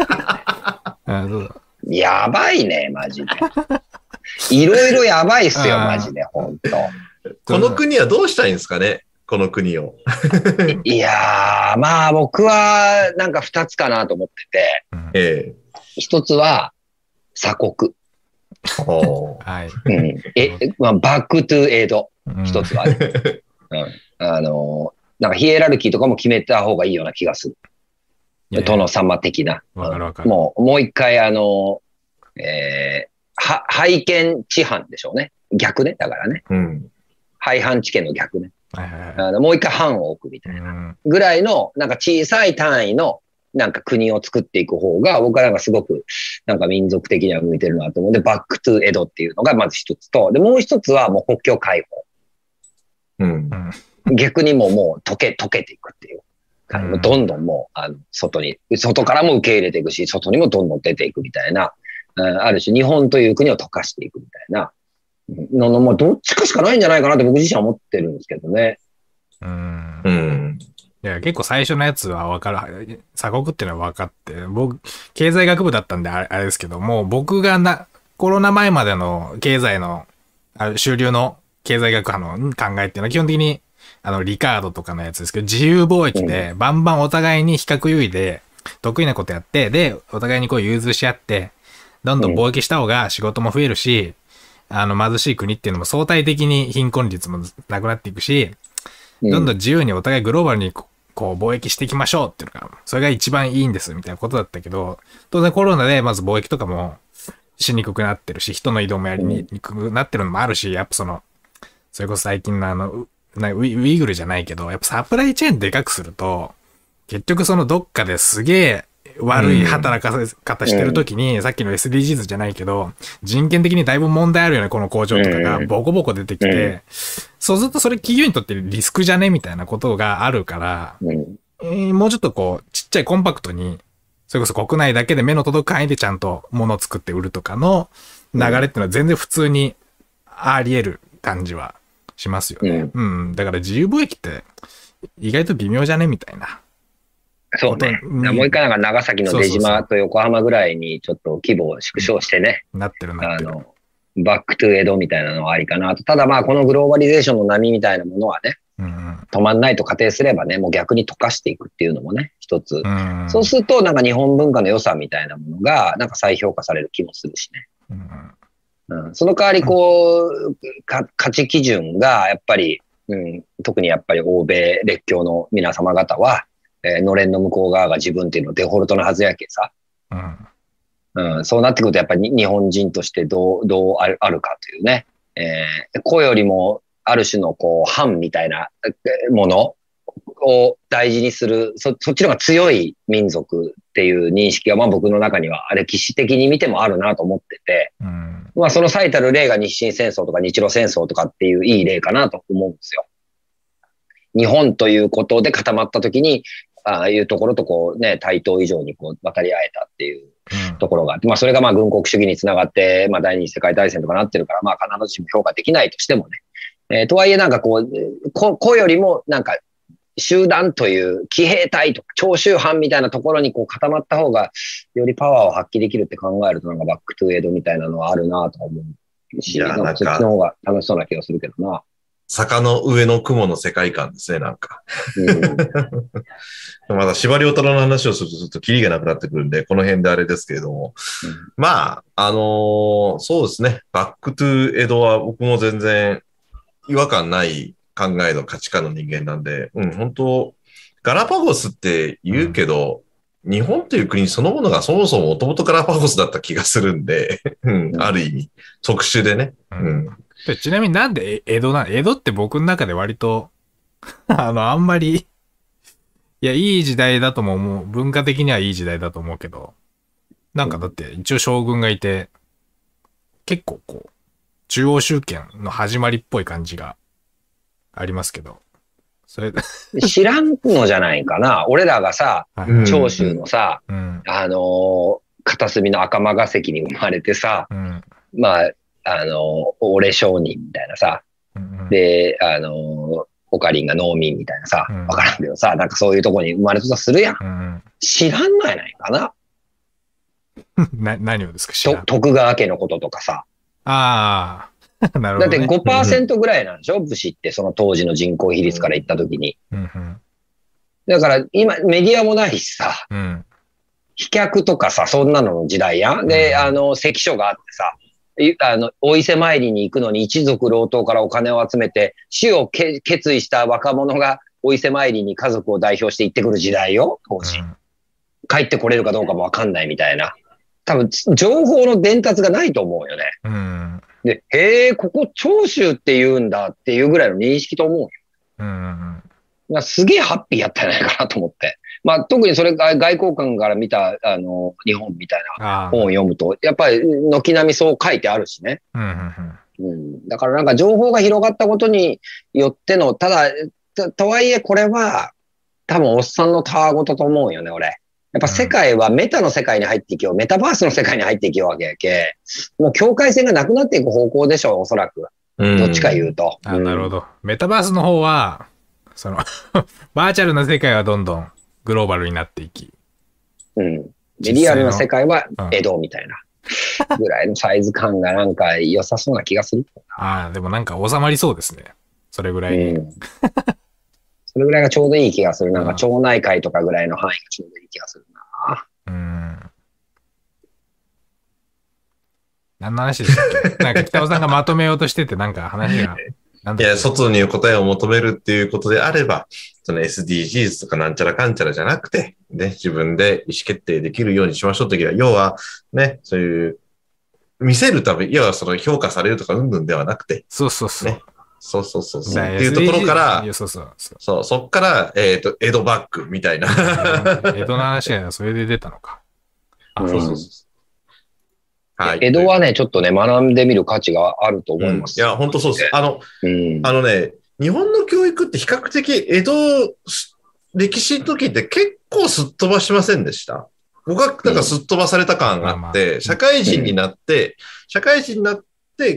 やばいね、マジで。いろいろやばいっすよ、マジで、ほんと。 この国はどうしたいんですかね、この国を。 いやー、まあ僕はなんか二つかなと思ってて。ええ。一つは、鎖国。はい。うん。え、まあ、バックトゥエイド。一つはね。うん。あの、なんかヒエラルキーとかも決めた方がいいような気がする。殿様的な。 わかるわかる。 もう、もう一回あの、えー、は、拝見知犯でしょうね。逆ね。だからね。うん。廃藩置県の逆ね。はいはいはい、あのもう一回藩を置くみたいな。ぐらいの、なんか小さい単位の、なんか国を作っていく方が、僕はなんかすごく、なんか民族的には向いてるなと思う。で、バックトゥエドっていうのがまず一つと、で、もう一つはもう国境開放。うん。逆にもうもう溶け、溶けていくっていう。うん、どんどんもう、あの、外に、外からも受け入れていくし、外にもどんどん出ていくみたいな、ある種日本という国を溶かしていくみたいな、のの、もうどっちかしかないんじゃないかなって僕自身は思ってるんですけどね。 うん。うん。いや、結構最初のやつは分かる。鎖国っていうのは分かって、僕、経済学部だったんであれ、あれですけども、僕がな、コロナ前までの経済の、あ主流の経済学派の考えっていうのは基本的に、あの、リカードとかのやつですけど、自由貿易で、バンバンお互いに比較優位で、得意なことやって、で、お互いにこう融通し合って、どんどん貿易した方が仕事も増えるし、あの、貧しい国っていうのも相対的に貧困率もなくなっていくし、どんどん自由にお互いグローバルにこう貿易していきましょうっていうのが、それが一番いいんですみたいなことだったけど、当然コロナでまず貿易とかもしにくくなってるし、人の移動もやりにくくなってるのもあるし、やっぱその、それこそ最近のあの、ウィグルじゃないけど、やっぱサプライチェーンでかくすると、結局そのどっかですげえ悪い働かせ方してるときに、うん、さっきの エスディージーズ じゃないけど、人権的にだいぶ問題あるよね、この工場とかがボコボコ出てきて、うん、そうするとそれ企業にとってリスクじゃねみたいなことがあるから、うんえー、もうちょっとこう、ちっちゃいコンパクトに、それこそ国内だけで目の届く範囲でちゃんと物を作って売るとかの流れっていうのは全然普通にあり得る感じはしますよね。うん。うん、だから自由貿易って意外と微妙じゃねみたいな。 そうね。もう一回なんか長崎の出島と横浜ぐらいにちょっと規模を縮小してね。 なってるなってる。 あの、バックトゥエドみたいなのはありかなと。ただまあこのグローバリゼーションの波みたいなものはね、うんうん、止まんないと仮定すればね、もう逆に溶かしていくっていうのもね、一つ。うんうん、そうするとなんか日本文化の良さみたいなものがなんか再評価される気もするしね。うんうん、その代わりこう、か価値基準がやっぱり、うん、特にやっぱり欧米列強の皆様方は、えー、のれんの向こう側が自分っていうのデフォルトのはずやけさ。うんうん、そうなってくるとやっぱり日本人としてどう、どうある、あるかというね。えー、個よりもある種のこう、反みたいなものを大事にする、そ、そっちの方が強い民族っていう認識がまあ僕の中には歴史的に見てもあるなと思ってて、うん、まあその最たる例が日清戦争とか日露戦争とかっていういい例かなと思うんですよ。日本ということで固まった時に、ああいうところとこうね、対等以上にこう渡り合えたっていうところがあって、うん、まあそれがまあ軍国主義につながって、まあ第二次世界大戦とかなってるから、まあ必ずしも評価できないとしてもね。えー、とはいえなんかこう、個よりもなんか集団という騎兵隊とか徴集班みたいなところにこう固まった方がよりパワーを発揮できるって考えるとなんかバックトゥエドみたいなのはあるなと思うし、なんかそっちの方が楽しそうな気がするけどな。 坂の上の雲の世界観ですね、なんか。うん、まだ司馬遼太郎の話をするとちょっとキリがなくなってくるんで、この辺であれですけれども。うん、まあ、あのー、そうですね。バックトゥエドは僕も全然違和感ない考えの価値観の人間なんで、うん、本当ガラパゴスって言うけど、うん、日本という国そのものがそもそももともとガラパゴスだった気がするんで、うん、ある意味、特殊でね。うんうんでちなみになんで江戸なの？江戸って僕の中で割と、あの、あんまり、いや、いい時代だとも思う。文化的にはいい時代だと思うけど、なんかだって一応将軍がいて、結構こう、中央集権の始まりっぽい感じがありますけど、それ知らんのじゃないかな。俺らがさ、長州のさ、うん、あのー、片隅の赤間ヶ関に生まれてさ、うん、まあ、あの、俺商人みたいなさ、うんうん、で、あの、オカリンが農民みたいなさ、わ、うん、からんけどさ、なんかそういうとこに生まれたとするやん。うん、知らんのやないかな。 な、何をですか、知らん。徳川家のこととかさ。 ああ、なるほど、ね。 だって ごパーセント ぐらいなんでしょ、うん、武士ってその当時の人口比率から言ったときに、うんうん。だから今メディアもないしさ、うん、飛脚とかさ、そんなのの時代やん。で、あの、関所があってさ、あの、お伊勢参りに行くのに一族老頭からお金を集めて、死をけ決意した若者がお伊勢参りに家族を代表して行ってくる時代よ、当時。うん、帰ってこれるかどうかもわかんないみたいな。多分、情報の伝達がないと思うよね。うん、で、へえ、ここ長州って言うんだっていうぐらいの認識と思うよ。うんうん、すげえハッピーやったんじゃないかなと思って。まあ、特にそれが外交官から見た、あの、日本みたいな本を読むと、やっぱり軒並みそう書いてあるしね。うんうんうん、だからなんか情報が広がったことによっての、ただ、と、とはいえこれは多分おっさんのたわごとと思うよね、俺。やっぱ世界はメタの世界に入っていきよう、メタバースの世界に入っていきようわけやけ。もう境界線がなくなっていく方向でしょう、おそらく。どっちか言うと。 うん、あ、なるほど。メタバースの方は、その、バーチャルな世界はどんどんグローバルになっていき。 うん。で、リアルな世界は江戸みたいな、うん、ぐらいのサイズ感がなんか良さそうな気がする。 ああ、でもなんか収まりそうですね。それぐらいに。うん、 それぐらいがちょうどいい気がする。なんか町内会とかぐらいの範囲がちょうどいい気がするな。うん。 何の話でしたっけ？なんか北尾さんがまとめようとしてて、なんか話が。 いや、外に答えを求めるっていうことであれば、その エスディージーズ とかなんちゃらかんちゃらじゃなくて、ね、自分で意思決定できるようにしましょうときは、要は、ね、そういう、見せるため、要はその評価されるとかうんぬんではなくて、 そうそうそう。 ね、そうそうそうそう。っていうところから、 そうそうそう。 そう、そっから、えっと、江戸バッグみたいな。 江戸の話がそれで出たのか。 あ、そうそうそう。はい、江戸はね、ちょっとね、学んでみる価値があると思います。 うん、いや、本当そうです。あの、うん、あのね、日本の教育って比較的江戸歴史の時って結構すっ飛ばしませんでした？僕はなんかすっ飛ばされた感があって、うん、社会人になって、うん、社会人になって、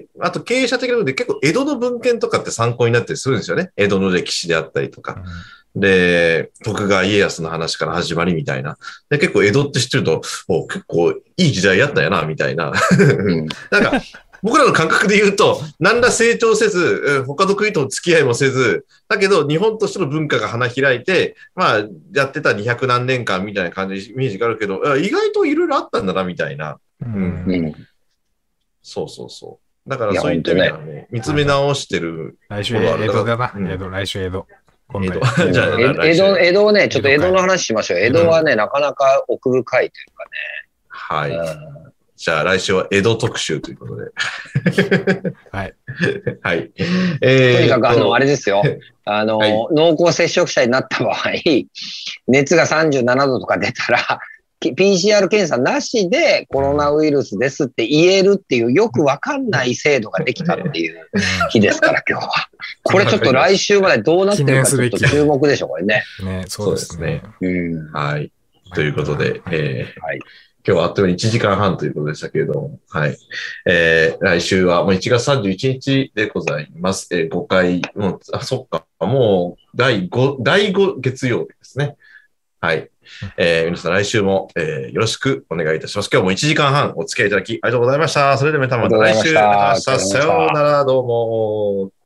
あと経営者的なので結構江戸の文献とかって参考になったりするんですよね。江戸の歴史であったりとか。うんで、徳川家康の話から始まりみたいな。で、結構江戸って知ってると、お結構いい時代やったんやな、みたいな。なんか、僕らの感覚で言うと、何ら成長せず、他の国との付き合いもせず、だけど日本としての文化が花開いて、まあ、やってたにひゃくなんねんかんみたいな感じ、イメージがあるけど、意外といろいろあったんだな、みたいな。うんうん、そうそうそう。だからそういった意味ではね、見つめ直してる。 来週江戸だな。江戸、来週江戸。 江戸じゃあ江戸、江戸ね、ちょっと江戸の話しましょう。江戸はね、なかなか奥深いというかね。 はい。うん、じゃあ来週は江戸特集ということで。 はい。 はい。 えー、とにかく、あの、あれですよ。あの、はい、濃厚接触者になった場合、熱がさんじゅうななどとか出たら、ピーシーアール 検査なしでコロナウイルスですって言えるっていうよくわかんない制度ができたっていう日ですから、今日は。これちょっと来週までどうなってるかちょっと注目でしょ、これね。 ね、そうですね。 うん、はい。ということで、えーはい、 今日はあっという間にいちじかんはんということでしたけれども、はい。えー、来週はもういちがつさんじゅういちにちでございます。えー、ごかい、もう、あ、そっか、もう、だいご、だいご月曜日ですね。はい。えー、皆さん来週も、えー、よろしくお願いいたします。今日もいちじかんはんお付き合いいただきありがとうございました。それではまた来週お願いしました。さようなら、どうも。